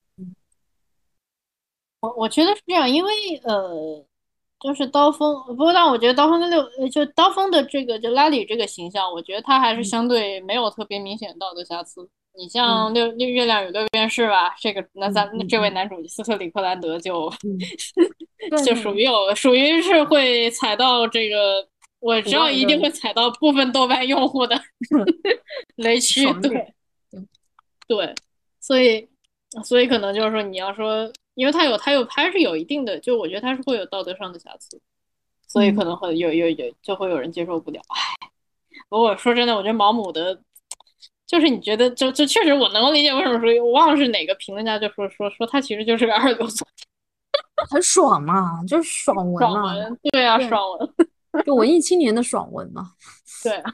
我觉得是这样，因为就是刀锋，不过但我觉得刀锋跟就刀锋的这个就拉里这个形象，我觉得他还是嗯相对没有特别明显的道德瑕疵。你嗯像月亮与六便士吧，这个那这位嗯嗯男主斯特里克兰德就嗯，对就对， 属于是会踩到这个，我知道其中一个一定会踩到部分豆瓣用户的雷区， 爽点。 对。 对， 对，所以可能就是说，你要说，因为他是有一定的，就我觉得他是会有道德上的瑕疵，所以可嗯， 能会就会有人接受不了。唉，不过说真的，我觉得毛姆的，就是你觉得就确实我能够理解为什么说我忘了是哪个评论家就说他其实就是个二流作很爽嘛，就是爽文嘛。 爽文，对啊， 对， 爽文， 就文艺青年的爽文嘛。 对啊，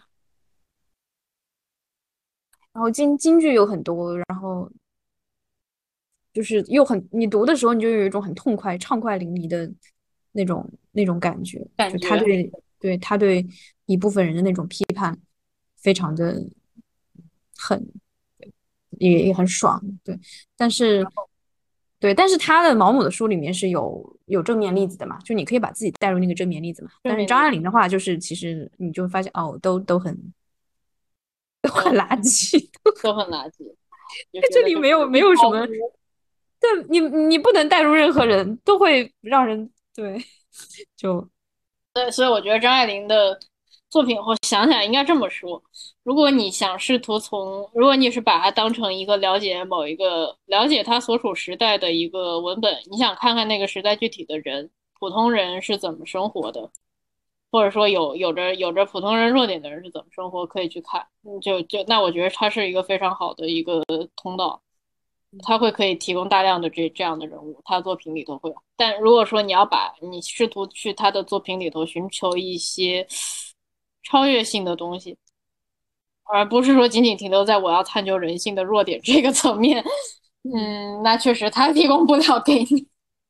然后京剧有很多，然后就是又你读的时候你就有一种很痛快、畅快淋漓的那种感觉，就他感觉对一部分人的那种批判，非常的很也很爽，对，但是但是他的毛姆的书里面是有正面例子的嘛，就你可以把自己带入那个正面例子嘛，但是张正面例子， 爱玲的话，就是其实你就会发现哦，都很都垃圾， 都很垃圾，就这里觉得就是没有什么。 一泡对你不能带入任何人，都会让人对就对，所以我觉得张爱玲的作品，我想想应该这么说：如果你想试图如果你是把它当成一个了解他所处时代的一个文本，你想看看那个时代具体的人，普通人是怎么生活的， 或者说有着普通人弱点的人是怎么生活，可以去看。那我觉得它是一个非常好的一个通道，它会可以提供大量的这样的人物，他的作品里头会有。但如果说你试图去他的作品里头寻求一些超越性的东西，而不是说仅仅停留在我要探究人性的弱点这个层面，那确实他提供不了给你。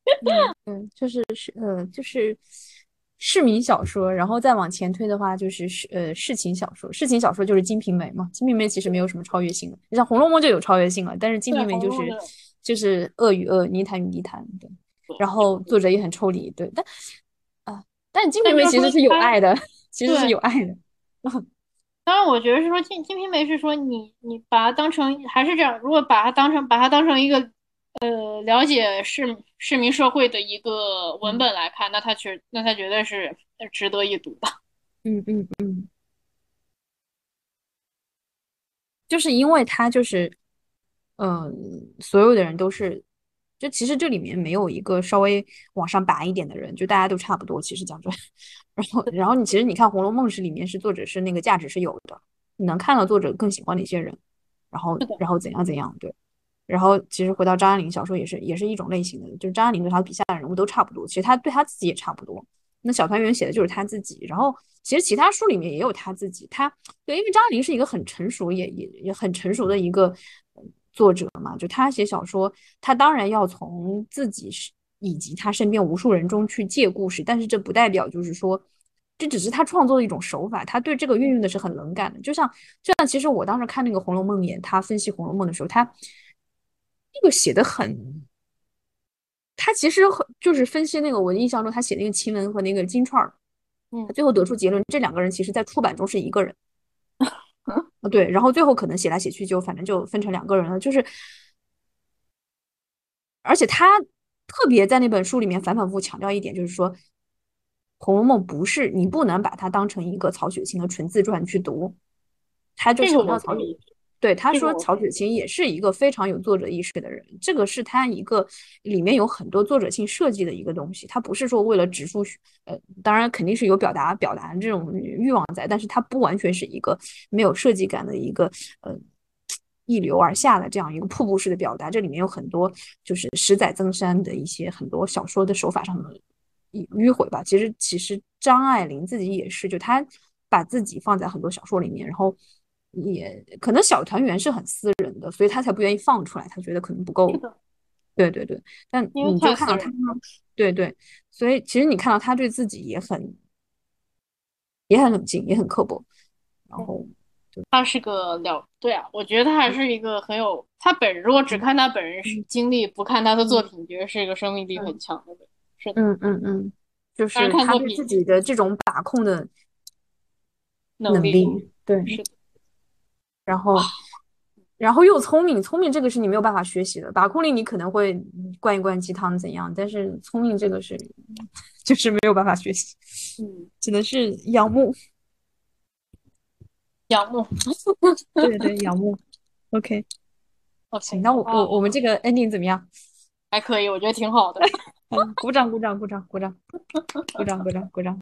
就是市民小说，然后再往前推的话，就是世情小说。世情小说就是《金瓶梅》嘛，《金瓶梅》其实没有什么超越性的，你像《红楼梦》就有超越性了，但是《金对， 瓶梅》就 《红楼梦》 是的就是恶与恶，泥潭与泥潭，对。然后作者也很抽离，对，但《金瓶梅》 但就是其实是有说他爱的，其实是对。 有爱的。 当然，我觉得是说《金瓶梅》是说你把它当成还是这样，如果把它当成一个了解市民社会的一个文嗯本来看，那它绝对是值得一读的。 嗯嗯嗯，就是因为他就是，所有的人都是，就其实这里面没有一个稍微往上拔一点的人，就大家都差不多。其实讲真，然后你其实你看《红楼梦》是里面是作者是那个价值是有的，你能看到作者更喜欢哪些人，然后是的， 然后怎样怎样，对。然后其实回到张爱玲小说也是一种类型的，就是张爱玲对她笔下的人物都差不多，其实她对她自己也差不多。那小团圆写的就是她自己，然后其实其他书里面也有她自己，对，因为张爱玲是一个很成熟也很成熟的一个作者嘛，就她写小说，她当然要从自己是以及她身边无数人中去借故事，但是这不代表就是说。这只是他创作的一种手法，他对这个运用的是很冷感的。就像其实我当时看那个《红楼梦》演他分析《红楼梦》的时候，他那个写的很，他其实就是分析那个我印象中他写那个晴雯和那个金钏儿，他嗯， 最后得出结论，这两个人其实在出版中是一个人。对，然后最后可能写来写去就反正就分成两个人了，就是而且他特别在那本书里面反反复复强调一点，就是说《红楼梦》不是你不能把它当成一个曹雪芹的纯自传去读，他就这个强调曹雪， 我可以， 对他这个说曹雪我可以。 芹也是一个非常有作者意识的人，这个是他一个里面有很多作者性设计的一个东西，他不是说为了直抒，当然肯定是有表达这种欲望在，但是他不完全是一个没有设计感的一个一流而下的这样一个瀑布式的表达，这里面有很多就是十载增删的一些很多小说的手法上的迂回吧。其实张爱玲自己也是，就她把自己放在很多小说里面，然后也可能小团圆是很私人的，所以她才不愿意放出来，她觉得可能不够。 是的， 对对对，但因为你就看到她， 太私人了。 对对，所以其实你看到她对自己也很冷静，也很刻薄，然嗯， 后他是个对啊，我觉得他还是一个很有他本人，如果只看他本人是嗯经历，不看他的作嗯品，觉得是一个生命力很嗯强的人。是的， 嗯嗯嗯，就当然是他对自看作品己的这种把控的能力能力，对， 是的。 然后又聪明，聪明这个是你没有办法学习的，把控力你可能会灌一灌鸡汤怎样，但是聪明这个是就是没有办法学习， 嗯， 只能是仰慕， 仰慕。 对对，仰慕。OK，行， OK， 那我们啊， 这个 ending 怎么样？ 还可以，我觉得挺好的。 嗯，鼓掌鼓掌鼓掌鼓掌鼓掌鼓掌鼓掌。